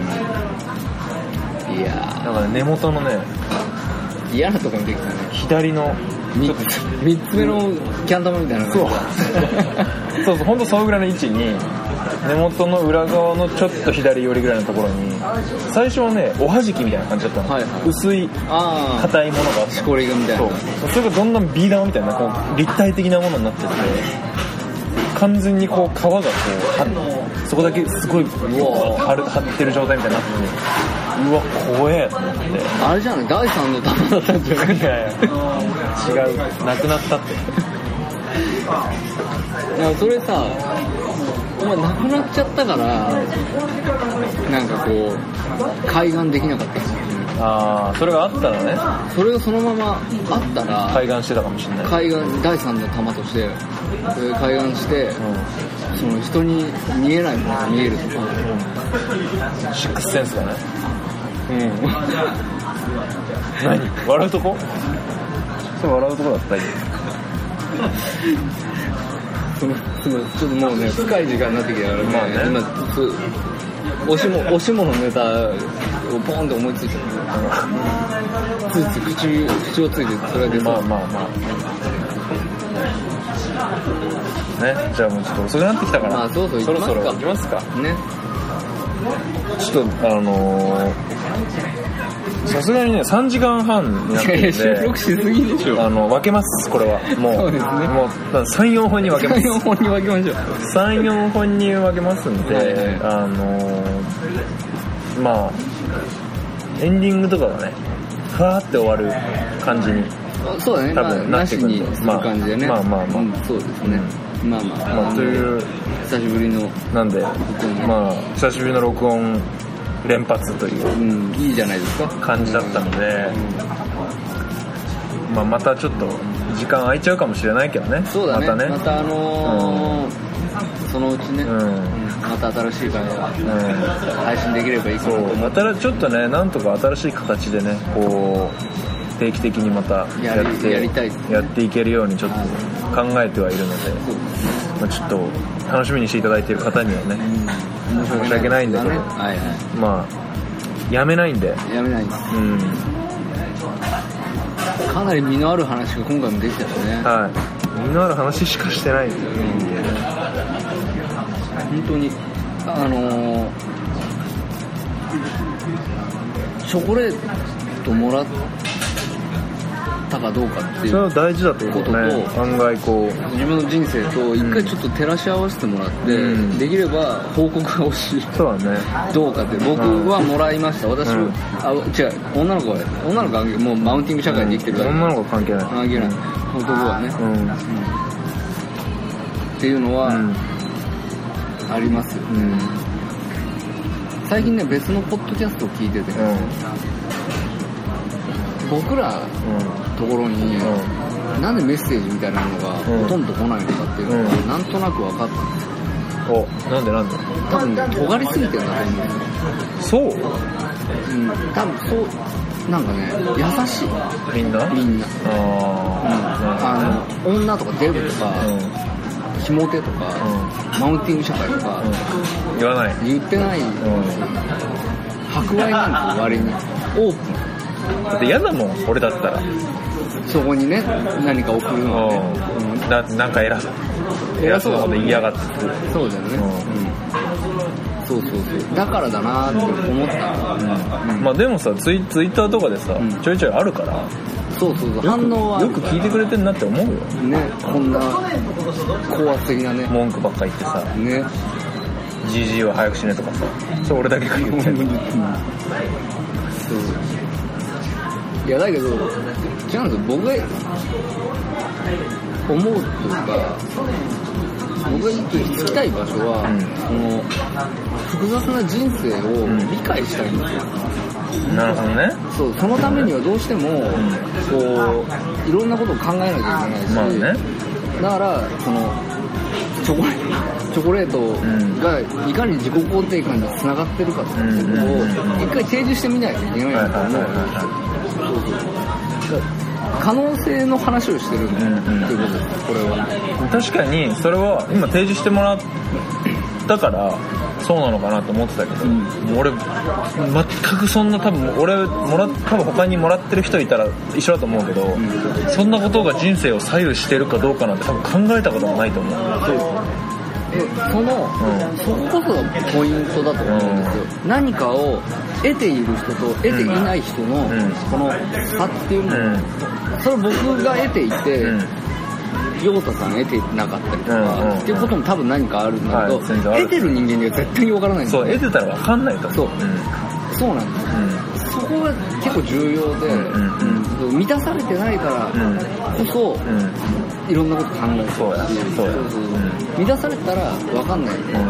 ね、うん、いやーだから根元のね嫌なとこにできたね。 左のみっつめのキャン玉みたいなのがそうそうそうほんとそのぐらいの位置に根元の裏側のちょっと左寄りぐらいのところに最初はねおはじきみたいな感じだったの、はいはい、薄い硬いものがあってしこりがみたいな。 そうそれがどんどんビー玉みたいなこう立体的なものになってて完全にこう皮がこうはそこだけすごい張ってる状態みたいになっててうわ怖えと思って。 あれじゃない第三の玉だったんじゃない。 いやいや違うなくなったって。 いやそれさお前なくなっちゃったからなんかこう開眼できなかったんですよ。 ああそれがあったらね。 それがそのままあったら開眼してたかもしれない。 開眼第三の玉として開眼して、うん、その人に見えないものが見えるとか、 うん、シックスセンスだね。うん何笑うとこそれ笑うとこだったらいいそのそのちょっともうね深い時間になってきたからね、まあね今おしもおしものネタこうポーンって思いついちゃう、うん、ついつい口口をついてそれでまあまあまあね。じゃあもうちょっと遅くなってきたから、 まあ、そうそうそろそろ行きますかね。 ちょっとあのーさすがにねさんじかんはんになってるんで収録しすぎでしょ。 あの分けますこれはもう。 そうですね。 もうさん、よんほんに分けます。 さん、よんほんに分けましょう。 さん、よんほんに分けますんで、はいはい、あのー、まあエンディングとかがねふわーって終わる感じにそうだね。 多分なってくるんで、 まあ、なしにする感じでね。 まあまあまあ、うん、 そうですね。うん、まあまあ、 まあ、という久しぶりのなんでまあ久しぶりの録音連発という、 うん、いいじゃないですか感じだったので、うん、まあ、またちょっと時間空いちゃうかもしれないけどね。 そうだね。またね、またあのーうん、そのうちね、うん、また新しい感じが、うん、配信できればいいかなと思って。 またちょっとね、なんとか新しい形でね、こう定期的にまたやってやりたいやっていけるようにちょっと考えてはいるので、まあ、ちょっと楽しみにしていただいている方にはね、うん、申し訳ないんだけど、はいはい、まあやめないんでやめないんです、うん、かなり身のある話が今回もできたよね。 はい、身のある話しかしてないんですよね、 うん、本当にあのー、チョコレートもらったかどうかっていうそれは大事だと思うね。案外こう自分の人生と一回ちょっと照らし合わせてもらって、うん、できれば報告が欲しい。 そうだね。 どうかって僕はもらいました。私は、うん、あ違う女の子は女の子はもうマウンティング社会で生きてるから、 うん、女の子は関係ない関係ない男はね、うんうん、っていうのは、うん、ありますよ、うん、最近ね別のポッドキャストを聞いてて、うん、僕らのところに、うん、なんでメッセージみたいなのがほとんど来ないのかっていうのが、うん、なんとなく分かったんですよ。 お、なんでなんで多分ね尖りすぎてるんだと思うんですよ。そう、うん、多分そうなんかね優しいみんなみんなあ、うん、あの女とかデブとか、うん、ひも手とか、うん、マウンティング社会とか、 うん、言わない言ってない、うん、博愛なんですよ割にオープンだって嫌だもん俺だったらそこにね何か送るのはね、 うん、な, なんか偉そう偉そうなこと言いやがってそうだよね、うんうん、そうそうそうだからだなって思った、 うんうん、まあでもさツイ、ツイッターとかでさ、うん、ちょいちょいあるからそうそうそう反応はよく聞いてくれてんなって思うよね。こんな高圧的なね文句ばっか言ってさねジージー は早く死ねとかさそれ俺だけが言ってるそういやだけど違うんですよ僕が思うというか僕が行きたい場所は、うん、その複雑な人生を理解したいんですよ、 うん、なるほどね。 そうそのためにはどうしても、うん、こういろんなことを考えなきゃいけないし、 まあね、 だからそのチョコレートチョコレートがいかに自己肯定感につながってるかっていうことを一回提示してみないといけないんだと思う。可能性の話をしてるんだ、うんうん、っていうことです。これは確かにそれは今提示してもらったからそうなのかなと思ってたけど、うん、俺全くそんな多分俺もら多分他にもらってる人いたら一緒だと思うけど、うん、そんなことが人生を左右してるかどうかなんて多分考えたこともないと思う。 そうでその、うん、そここそがポイントだと思うんですよ、うん、何かを得ている人と得ていない人の、うん、この差っていうの、うん、それ僕が得ていて、うん陽太さん得てなかったりとか、うんうんうん、っていうことも多分何かあるんだけど、はい、得てる人間には絶対に分からないんですよ。 そう得てたら分かんないと思う。 そう、うん、そうなんです、うん、そこが結構重要で、うんうんうん、満たされてないからこそ、うん、いろんなこと考えてるし、そうやそうや、うん、満たされたら分かんないんですよ、うん、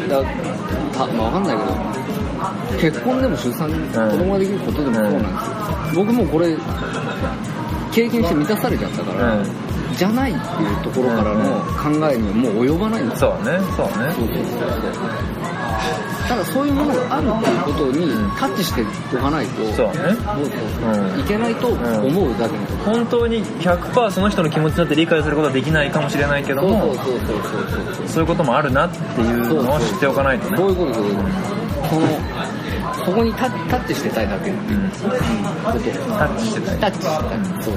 だた、まあ、分かんないけど結婚でも出産でも、うん、子供ができることでもそうなんですよ、うん、僕もこれ経験して満たされちゃったから、うんじゃないっていうところからの考えにはもう及ばないんですよ。 そうね、そうね。そうそうそうそう。 ただそういうものがあるっていうことにタッチしておかないと、 そうね。そうそうそう、うん、いけないと思うだけのこと。 本当に ひゃくパーセント その人の気持ちになって理解することはできないかもしれないけども、 そうそうそうそうそうそう。 そういうこともあるなっていうのを知っておかないとね。 そういうことです。このそこにタッタッチしてたいだけ、うんうん、 タッチしてたいタッチしてたい、うん、そう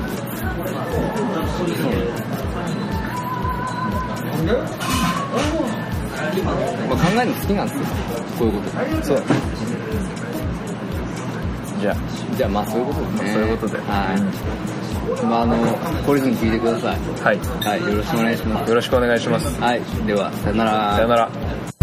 まあ、考えるの好きなんですよ、こういうことそう、 じゃあじゃあまあそういうことですね、 そういうことで、 はい、まああの懲りずに聞いてください。 はい、 はい、よろしくお願いします。 よろしくお願いします。 はい、ではさよなら。 さよなら。